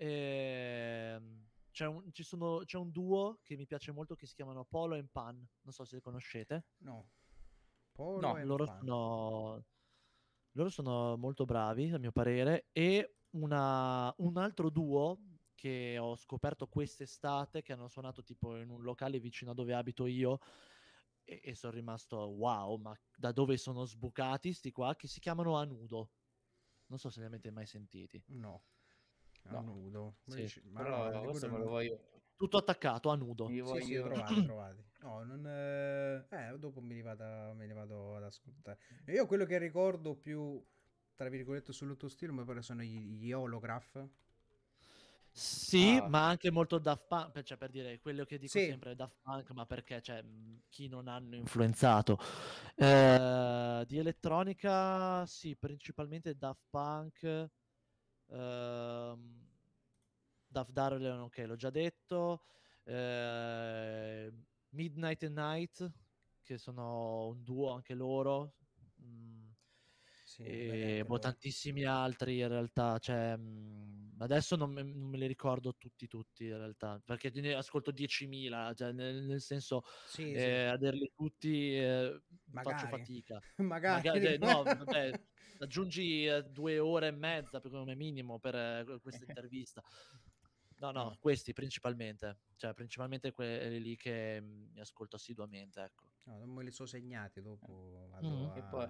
c'è un duo che mi piace molto che si chiamano Polo e Pan, non so se li conoscete. no. Polo no. and Pan. Loro sono molto bravi, a mio parere, e un altro duo che ho scoperto quest'estate, che hanno suonato tipo in un locale vicino a dove abito io, e sono rimasto wow, ma da dove sono sbucati sti qua, che si chiamano Anudo. Non so se li avete mai sentiti. No. A No, nudo. Sì. Ma no, però di questo quello me lo no. voglio, Tutto attaccato a nudo. mi Sì, sì, voglio... trovati, trovati. No, non... dopo me li vado ad ascoltare. Io quello che ricordo più, tra virgolette, sull'auto stile, mi pare sono gli Holograph. Sì, Ah, ma anche molto Daft Punk, cioè per dire quello che dico Sì, sempre è Daft Punk, ma perché cioè, chi non hanno influenzato. Di elettronica, sì, principalmente Daft Punk, ehm, Daft Darleon, ok, l'ho già detto, eh, Midnight and Night, che sono un duo anche loro, mm, sì, belli e anche boh, loro. tantissimi altri in realtà, cioè, adesso non me li ricordo tutti in realtà, perché ne ascolto 10.000, cioè, nel senso, Sì, sì, a dirli tutti faccio magari. fatica. Magari, Magari. no, vabbè, aggiungi 2 ore e mezza come minimo per questa intervista. No, no, No, questi principalmente, cioè principalmente quelli lì che mi ascolto assiduamente, ecco. no, non me li so segnati, dopo vado Mhm. e poi, a...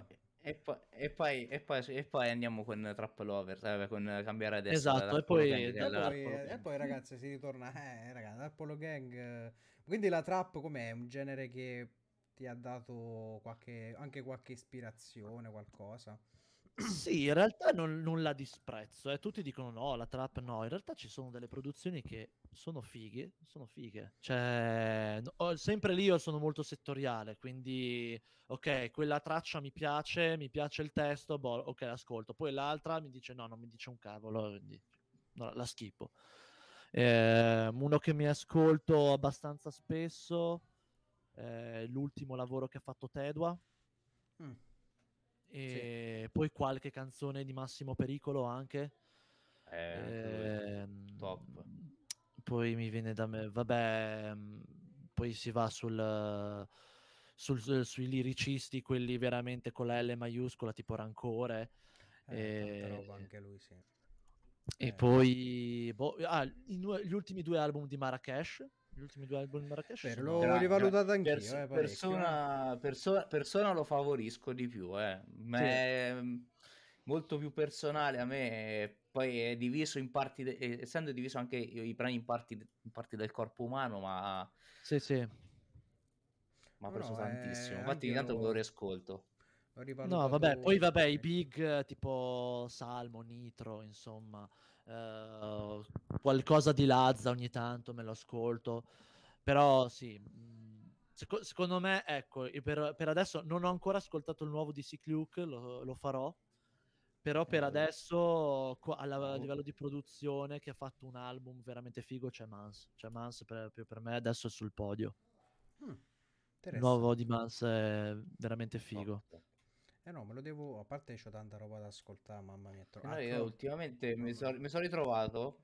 e poi andiamo con Trap Lover, con cambiare adesso da Esatto, e Apollo Gang poi del Dark E Gang. poi ragazzi si ritorna, ragazzi, Apollo Gang. Quindi la trap com'è? Un genere che ti ha dato anche qualche ispirazione, qualcosa? Sì, in realtà non la disprezzo, tutti dicono no, la trap no, in realtà ci sono delle produzioni che sono fighe. Cioè, sempre lì io sono molto settoriale, quindi ok, quella traccia mi piace il testo, boh, ok, l'ascolto. Poi l'altra mi dice no, non mi dice un cavolo, quindi no, la schippo. Uno che mi ascolto abbastanza spesso, l'ultimo lavoro che ha fatto Tedua, Mm, sì, e poi qualche canzone di Massimo Pericolo anche. anche lui, top. Poi mi viene da me, vabbè, poi si va sui liricisti, quelli veramente con la L maiuscola, tipo Rancore. tanta roba E, anche lui, sì. e Eh, poi boh, gli ultimi due album di Marrakesh. Gli ultimi due album di Marrakesh vero, l'ho sono... rivalutato anch'io, parecchio, eh. persona lo favorisco di più, ma Sì, è molto più personale a me, poi è diviso in parti, essendo diviso anche i brani in parti del corpo umano, ma sì, sì. mi ha No, preso no, tantissimo, anche infatti io intanto me lo riascolto. l'ho No, vabbè, poi rivalutato, vabbè, i sì. big tipo Salmo, Nitro, insomma, qualcosa di Lazza ogni tanto me lo ascolto, però sì, secondo me, ecco, io per adesso non ho ancora ascoltato il nuovo di Sick Luke, lo farò, però per Eh, adesso a Oh, livello di produzione che ha fatto un album veramente figo c'è Mans, per me adesso è sul podio, mm, il nuovo interessante. di Mans è veramente top, figo. top. Eh no, me lo devo, a parte c'ho tanta roba da ascoltare, mamma mia. E no, io ultimamente Mamma mia. mi sono ritrovato.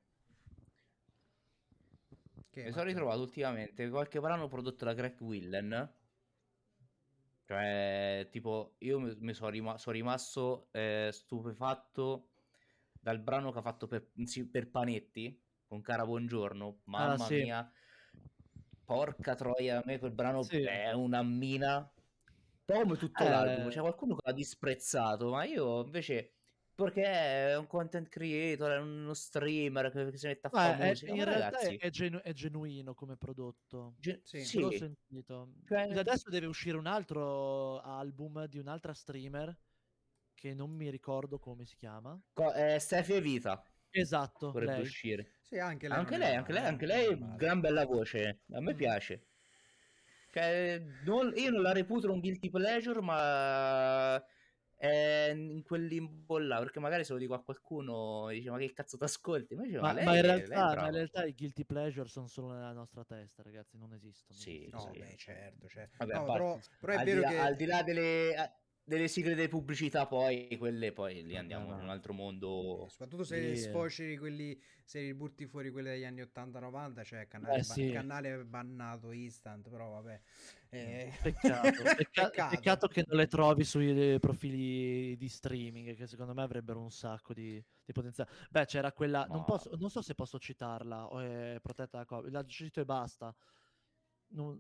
Che, Mi sono Matteo? ritrovato ultimamente qualche brano prodotto da Greg Willen Cioè, tipo, io mi sono rimasto stupefatto dal brano che ha fatto per Panetti con Cara Buongiorno. Ah, Mamma sì, mia, porca troia, a me quel brano sì. è una mina. Un po' come tutto l'album, c'è qualcuno che l'ha disprezzato, ma io invece, perché è un content creator, è uno streamer che si mette a fare musica, ma In realtà ragazzi, è genuino come prodotto. Sì. Quello l'ho sì, sentito. Ed cioè, adesso deve uscire un altro album di un'altra streamer che non mi ricordo come si chiama. Steffi e Vita Esatto, dovrebbe lei. uscire. Sì, anche lei non è male, Anche non è lei, male. gran bella voce, a me Mm. piace. Cioè, io non la reputo un guilty pleasure, ma è in quel limbo là, perché magari se lo dico a qualcuno dice ma che cazzo t'ascolti? Ma dice, lei è Ma in brava. realtà i guilty pleasure sono solo nella nostra testa, ragazzi, non esistono i Sì, guilty No, sì. pleasure. beh, certo, certo. Vabbè, a No, parte, però è vero al che di là delle sigle di pubblicità, poi quelle poi lì No, andiamo in un no. altro mondo. soprattutto se Lì, sfoceri quelli, se li butti fuori quelli degli anni 80-90, cioè sì. canale bannato instant, però vabbè. Peccato. Peccato. Peccato che non le trovi sui profili di streaming, che secondo me avrebbero un sacco di potenziale. Beh, c'era quella, Ma non so se posso citarla, o è protetta da copyright, la cito e basta. Non,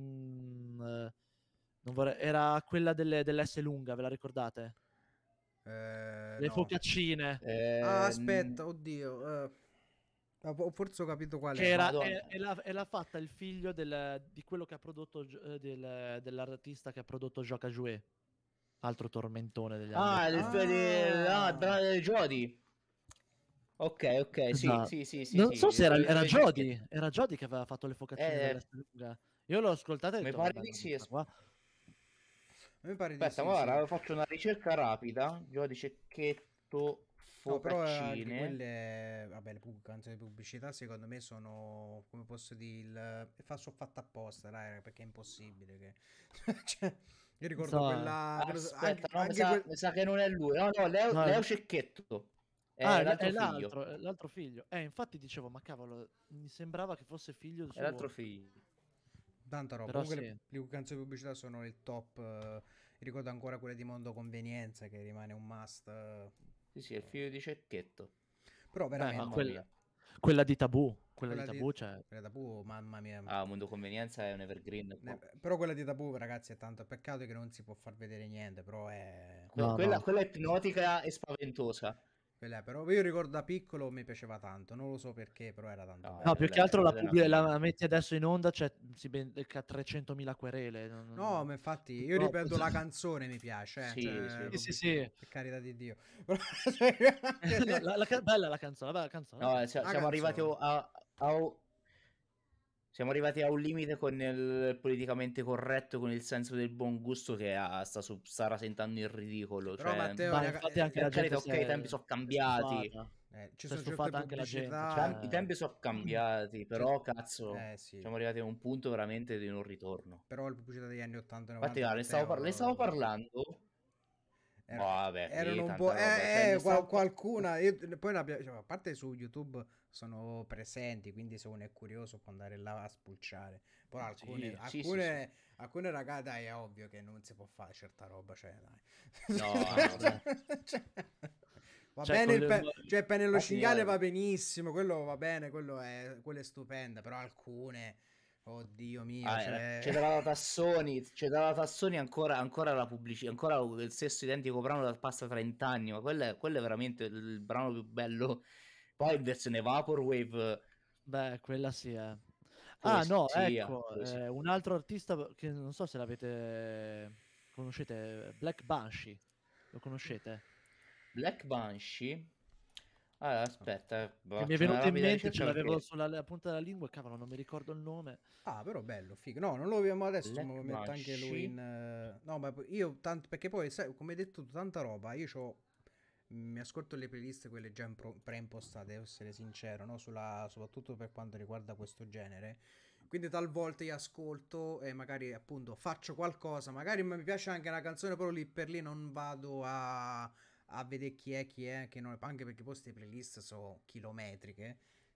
non vorrei, era quella dell'S lunga, ve la ricordate? Le No. focaccine. Ah, ehm, aspetta, oddio. Forse ho capito qual Che è. era, Madonna. e l'ha fatta il figlio di quello che ha prodotto, dell'artista che ha prodotto Gioca Jouet, altro tormentone degli anni Ah, 80. il brano del Jody. Ok, ok, sì, Esatto. sì, sì, sì, Non so se sì, quello era delle cecchetto. Jody, era Jody che aveva fatto le focaccine Eh, dell'S lunga. Io l'ho ascoltata e ho mi detto, pare vabbè, di no, sì. questa qua. Mi pare di Aspetta, sì, sì. guarda, faccio una ricerca rapida. Jody cecchetto, No, però anche focaccine. quelle, vabbè, le canzoni di pubblicità secondo me sono, come posso dire, sono fatte apposta, dai, perché è impossibile che... cioè, io ricordo So, quella, Aspetta, no, anche quel... mi sa che non è lui. No, no, Leo no, Cecchetto. ah, È l'altro figlio. è l'altro figlio. Infatti dicevo, ma cavolo, mi sembrava che fosse figlio È l'altro suo. figlio. Tanta roba. Però Comunque sì. le canzoni di pubblicità sono il top. Ricordo ancora quelle di Mondo Convenienza che rimane un must. Sì, sì, è il figlio di Cecchetto. Però Beh, ma Mamma veramente mia. quella di quella di Tabù, cioè, quella da Pooh, mamma mia. Ah, Mondo Convenienza è un evergreen qua. Però quella di Tabù, ragazzi, è tanto peccato che non si può far vedere niente, però è... no, no. Quella è ipnotica e spaventosa. Però io ricordo da piccolo mi piaceva tanto, non lo so perché, però era tanto No, No, bello. più che altro quella è una la mina. metti adesso in onda, cioè, si becca 300.000 querele. No, ma infatti io Purtroppo. ripeto la canzone mi piace, Sì, cioè, Sì, sì, sì. per carità di Dio. Cioè, No, bella la canzone, bella la canzone, No, ok. la siamo arrivati canzone. siamo arrivati a un limite con il politicamente corretto, con il senso del buon gusto che sta rasentando il ridicolo. Però Cioè, Matteo, Ma infatti anche per la gente carità, ok, i tempi sono si è cambiati. stufata. ci Si è sono certe stufata anche la gente, pubblicità. I cioè. tempi sono cambiati, però cazzo, Sì. siamo arrivati a un punto veramente di non ritorno. Però le pubblicità degli anni 80 e Infatti, 90, guarda, ne stavo Matteo, parlando. Oh, er- vabbè, lì erano un po'. tanta roba. Cioè, ne stavo Qualcuna. Poi cioè, a parte su YouTube sono presenti, quindi se uno è curioso può andare là a spulciare. Però Sì. Sì, sì, sì. alcune ragazze, dai, è ovvio che non si può fare certa roba, cioè, dai. No, Ah, no. beh. Cioè, va Cioè, bene cioè il pennello Infatti, cinghiale va benissimo, quello va bene, quello è stupendo, però alcune, oddio mio, cioè... C'è dalla Tassoni ancora la pubblicità, ancora il stesso identico brano da passa 30 anni, ma quello è veramente il brano più bello. Poi in versione Vaporwave, Beh, quella sì è. Ah, no, ecco, poesia. un altro artista che non so se l'avete conoscete, Black Banshee. Lo conoscete? Black Banshee. Allora, aspetta, Che mi è faccio una venuto in rapida mente, ce ricerca l'avevo perché sulla punta della lingua, cavolo, non mi ricordo il nome. Ah, però bello, figo. No, non lo abbiamo adesso, Black mi metto anche lui in... Banshee. No, ma io tanto, perché poi, sai, come hai detto tu, tanta roba, mi ascolto le playlist, quelle già preimpostate, devo essere sincero, no? Soprattutto per quanto riguarda questo genere. Quindi talvolta io ascolto e magari appunto faccio qualcosa, magari mi piace anche una canzone, però lì per lì non vado a vedere chi è, che non, anche perché poi queste playlist sono chilometriche.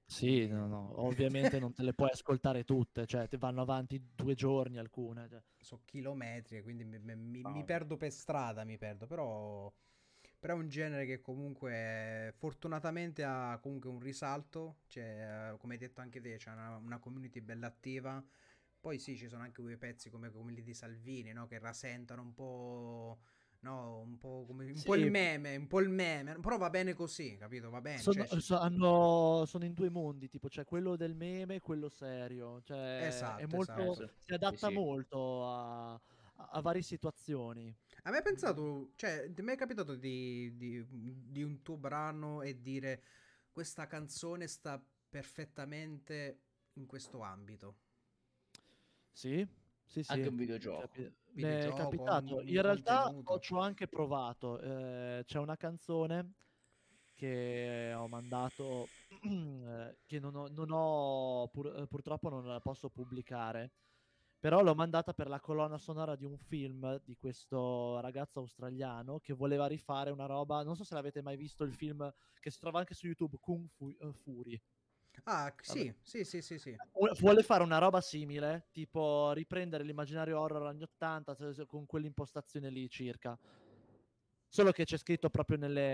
Sì, Quindi, no, ovviamente non te le puoi ascoltare tutte, cioè ti vanno avanti 2 giorni alcune, cioè. so chilometri, quindi mi No, perdo per strada, mi perdo, però è un genere che comunque fortunatamente ha comunque un risalto, cioè, come hai detto anche te, c'è una community bella attiva. Poi sì, ci sono anche quei pezzi come quelli di Salvini, no? Che rasentano un po', no? Un po' come Sì, un po' il meme, però va bene così, capito? Va bene, sono cioè, sono in 2 mondi, tipo c'è quello del meme e quello serio, cioè è esatto, molto sì, esatto. si sì, adatta sì. molto a varie situazioni. A me è pensato, cioè, ti è mai capitato di un tuo brano e dire questa canzone sta perfettamente in questo ambito? Sì, sì, Anche sì. un videogioco. M'è Videogioco, capitato. un In realtà contenuto? c'ho anche provato. C'è una canzone che ho mandato, che purtroppo non la posso pubblicare, però l'ho mandata per la colonna sonora di un film di questo ragazzo australiano che voleva rifare una roba, non so se l'avete mai visto il film che si trova anche su YouTube, Kung Fury. Ah, Vabbè. sì, sì, sì, sì, sì. Vuole fare una roba simile, tipo riprendere l'immaginario horror anni 80 con quell'impostazione lì circa. Solo che c'è scritto proprio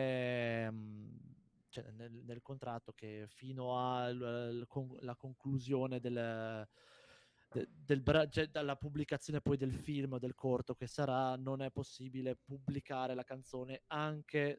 cioè nel contratto che fino alla conclusione cioè dalla pubblicazione poi del film, del corto che sarà, non è possibile pubblicare la canzone anche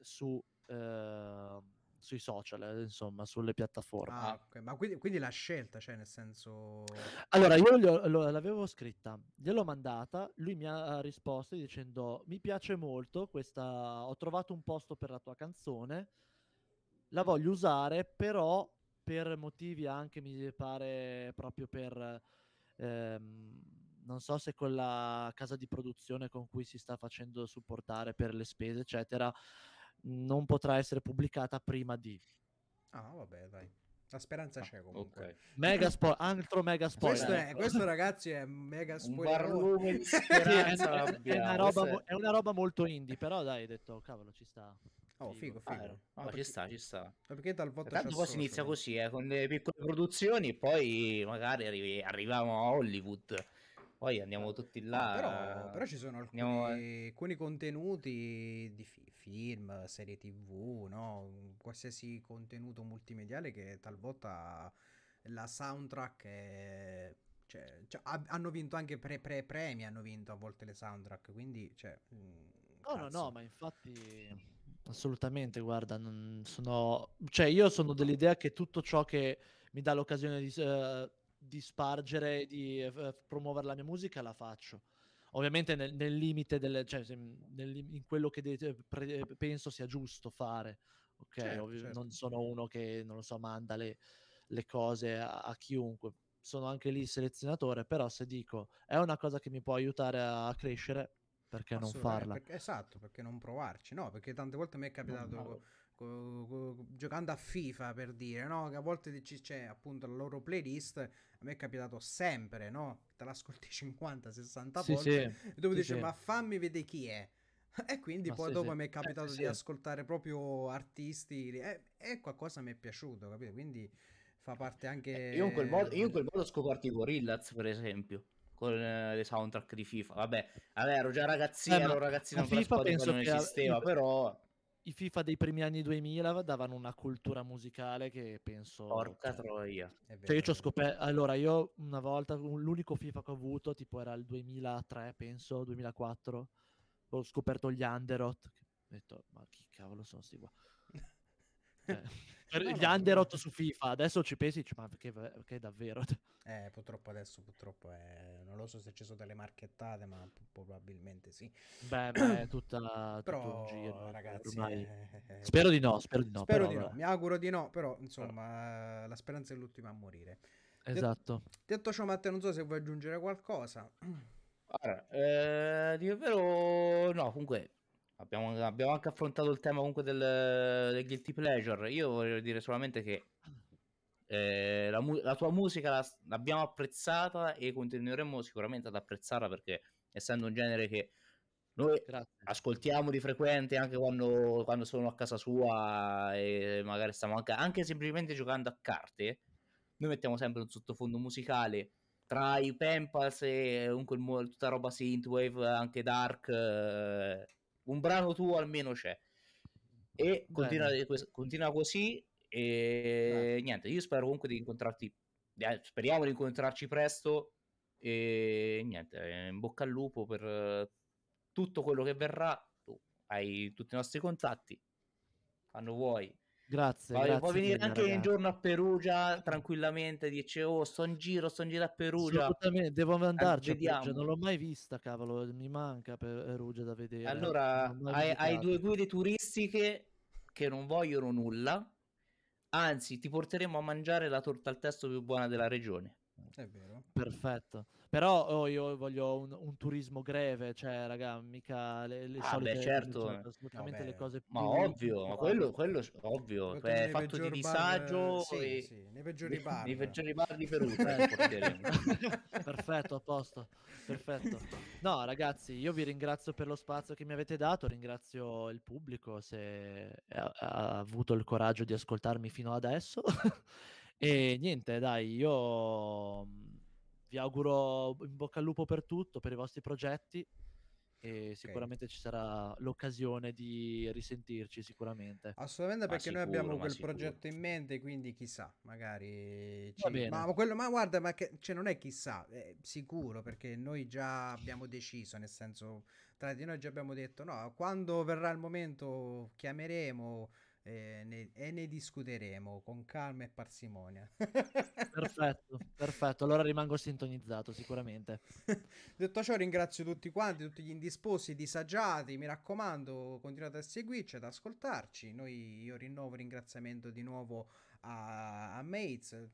sui social, insomma, sulle piattaforme. Ah, Ah, ok. Ma quindi la scelta, cioè, nel senso... Allora, io l'avevo scritta, gliel'ho mandata, lui mi ha risposto dicendo mi piace molto questa, ho trovato un posto per la tua canzone, la voglio usare, però per motivi anche, mi pare, proprio per, ehm, non so se con la casa di produzione con cui si sta facendo supportare per le spese, eccetera, non potrà essere pubblicata prima di... Ah, vabbè, dai. La speranza ah, c'è comunque. ok. Altro mega spoiler. Questo ragazzi è mega Un spoilerone. barlume di Sì, speranza è una l'abbiamo. roba, Questo è... è una roba molto indie, però dai, ho detto, cavolo, ci sta. Oh, Figo. figo, Ah, figo. no, ci sta, ci sta. Ma perché talvolta ci Tanto poi si associo, inizia quindi. così, con delle piccole produzioni, poi magari arriviamo a Hollywood, poi andiamo tutti No, però là, ci sono andiamo... alcuni contenuti di film, serie TV, no? Qualsiasi contenuto multimediale che talvolta la soundtrack è... Cioè, hanno vinto anche premi, hanno vinto a volte le soundtrack, quindi, cioè, No, no, no, cazzo. ma infatti assolutamente, guarda, non sono, cioè io sono dell'idea che tutto ciò che mi dà l'occasione di spargere, di promuovere la mia musica, la faccio. Ovviamente nel limite cioè, in quello che penso sia giusto fare. Ok, Certo, certo. non sono uno che, non lo so, manda le cose a chiunque. Sono anche lì selezionatore, però se dico è una cosa che mi può aiutare a crescere, perché non Assolutamente, farla? esatto, perché non provarci? No, perché tante volte mi è No, capitato no, giocando a FIFA per dire, no? Che a volte c'è appunto la loro playlist, a me è capitato sempre, no? Te l'ascolti 50-60 Sì, volte sì, e dopo sì, dici, sì, ma fammi vedere chi è. E quindi ma poi sì, dopo sì. mi è sì, capitato di sì. ascoltare proprio artisti e qualcosa mi è piaciuto, capito? Quindi fa parte anche Io in quel modo ho scoperto i Gorillaz, per esempio, con le soundtrack di FIFA. Vabbè, ero Ma ragazzino, a ancora FIFA Spotify penso non che esisteva, però i FIFA dei primi anni 2000 davano una cultura musicale che penso, porca troia. è cioè io ci ho vero. scoperto, allora io una volta, l'unico FIFA che ho avuto, tipo era il 2003, penso, 2004, ho scoperto gli Underoath, ho detto, ma chi cavolo sono sti qua? Cioè, No, gli no, no. Underoath su FIFA, adesso ci pensi, dici, ma perché davvero? Purtroppo adesso, purtroppo non lo so se ci sono delle marchettate, ma probabilmente sì. Beh, ma è tutto un Però, giro, cioè, ragazzi, ormai. Spero di no, spero però di no, vabbè. mi auguro di no, però Però, insomma, la speranza è l'ultima a morire. Esatto. Detto ciò, Matteo, non so se vuoi aggiungere qualcosa. guarda, dire il vero, no, comunque abbiamo anche affrontato il tema comunque del guilty pleasure. Io voglio dire solamente che la tua musica l'abbiamo apprezzata e continueremo sicuramente ad apprezzarla perché essendo un genere che noi Grazie. ascoltiamo di frequente anche quando sono a casa sua e magari stiamo anche semplicemente giocando a carte, Noi mettiamo sempre un sottofondo musicale tra i pen pals e comunque tutta roba synthwave, anche dark, un brano tuo almeno c'è. E continua, Bene. continua così e niente, io spero comunque di incontrarti, speriamo di incontrarci presto e niente, in bocca al lupo per tutto quello che verrà. Tu hai tutti i nostri contatti quando vuoi. Grazie, Puoi grazie venire mille anche un ragazzi. giorno a Perugia tranquillamente, dici oh sto in giro a Perugia, Assolutamente, devo andarci a Perugia, non vediamo. l'ho mai vista, cavolo, mi manca Perugia da vedere, non l'ho Allora mai hai due visitata. guide turistiche che non vogliono nulla, anzi ti porteremo a mangiare la torta al testo più buona della regione. È vero. Perfetto. Però io voglio un turismo greve, cioè, raga, mica le Ah beh solite, cioè, certo, assolutamente le Vabbè, cose ma più ovvio, ma puntuali. quello ovvio, soprattutto nei fatto di peggior bar, disagio sì, e sì, nei peggiori nei bar. peggiori bar di Perugia ti Perfetto. porteremo. Perfetto, a posto. Perfetto. No, ragazzi, io vi ringrazio per lo spazio che mi avete dato, ringrazio il pubblico se ha avuto il coraggio di ascoltarmi fino adesso. E niente, dai, io vi auguro in bocca al lupo per tutto, per i vostri progetti e Ok. sicuramente ci sarà l'occasione di risentirci sicuramente. Assolutamente, Ma perché noi abbiamo sicuro, ma quel sicuro. progetto in mente, quindi chissà, magari Va ci... bene. Ma quello, ma guarda, ma che, cioè non è chissà, è sicuro, perché noi già abbiamo deciso, nel senso, tra di noi già abbiamo detto, no, quando verrà il momento chiameremo e ne discuteremo con calma e parsimonia. Perfetto, perfetto. Allora rimango sintonizzato sicuramente. Detto ciò, ringrazio tutti quanti, tutti gli indisposti, i disagiati. Mi raccomando, continuate a seguirci, ad ascoltarci. Io rinnovo il ringraziamento di nuovo a Mates.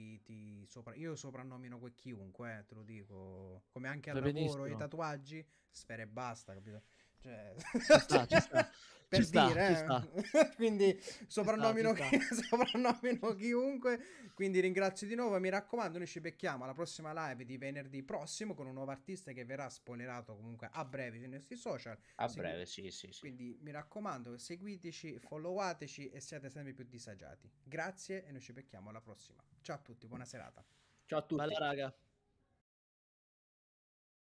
Io soprannomino chiunque, te lo dico. Come anche al Va lavoro e ai benissimo. tatuaggi, spera e basta, capito? Cioè, Ci sta, ci sta. Ci per sta, ci dire, sta. quindi Ci sta, ci sta. soprannomino chiunque. Quindi ringrazio di nuovo, mi raccomando, noi ci becchiamo alla prossima live di venerdì prossimo con un nuovo artista che verrà spoilerato comunque a breve sui nostri social. A breve, sì, sì, sì. Quindi mi raccomando, seguiteci, followateci e siate sempre più disagiati. Grazie e noi ci becchiamo alla prossima. Ciao a tutti, buona serata. Ciao a Bella tutti. raga.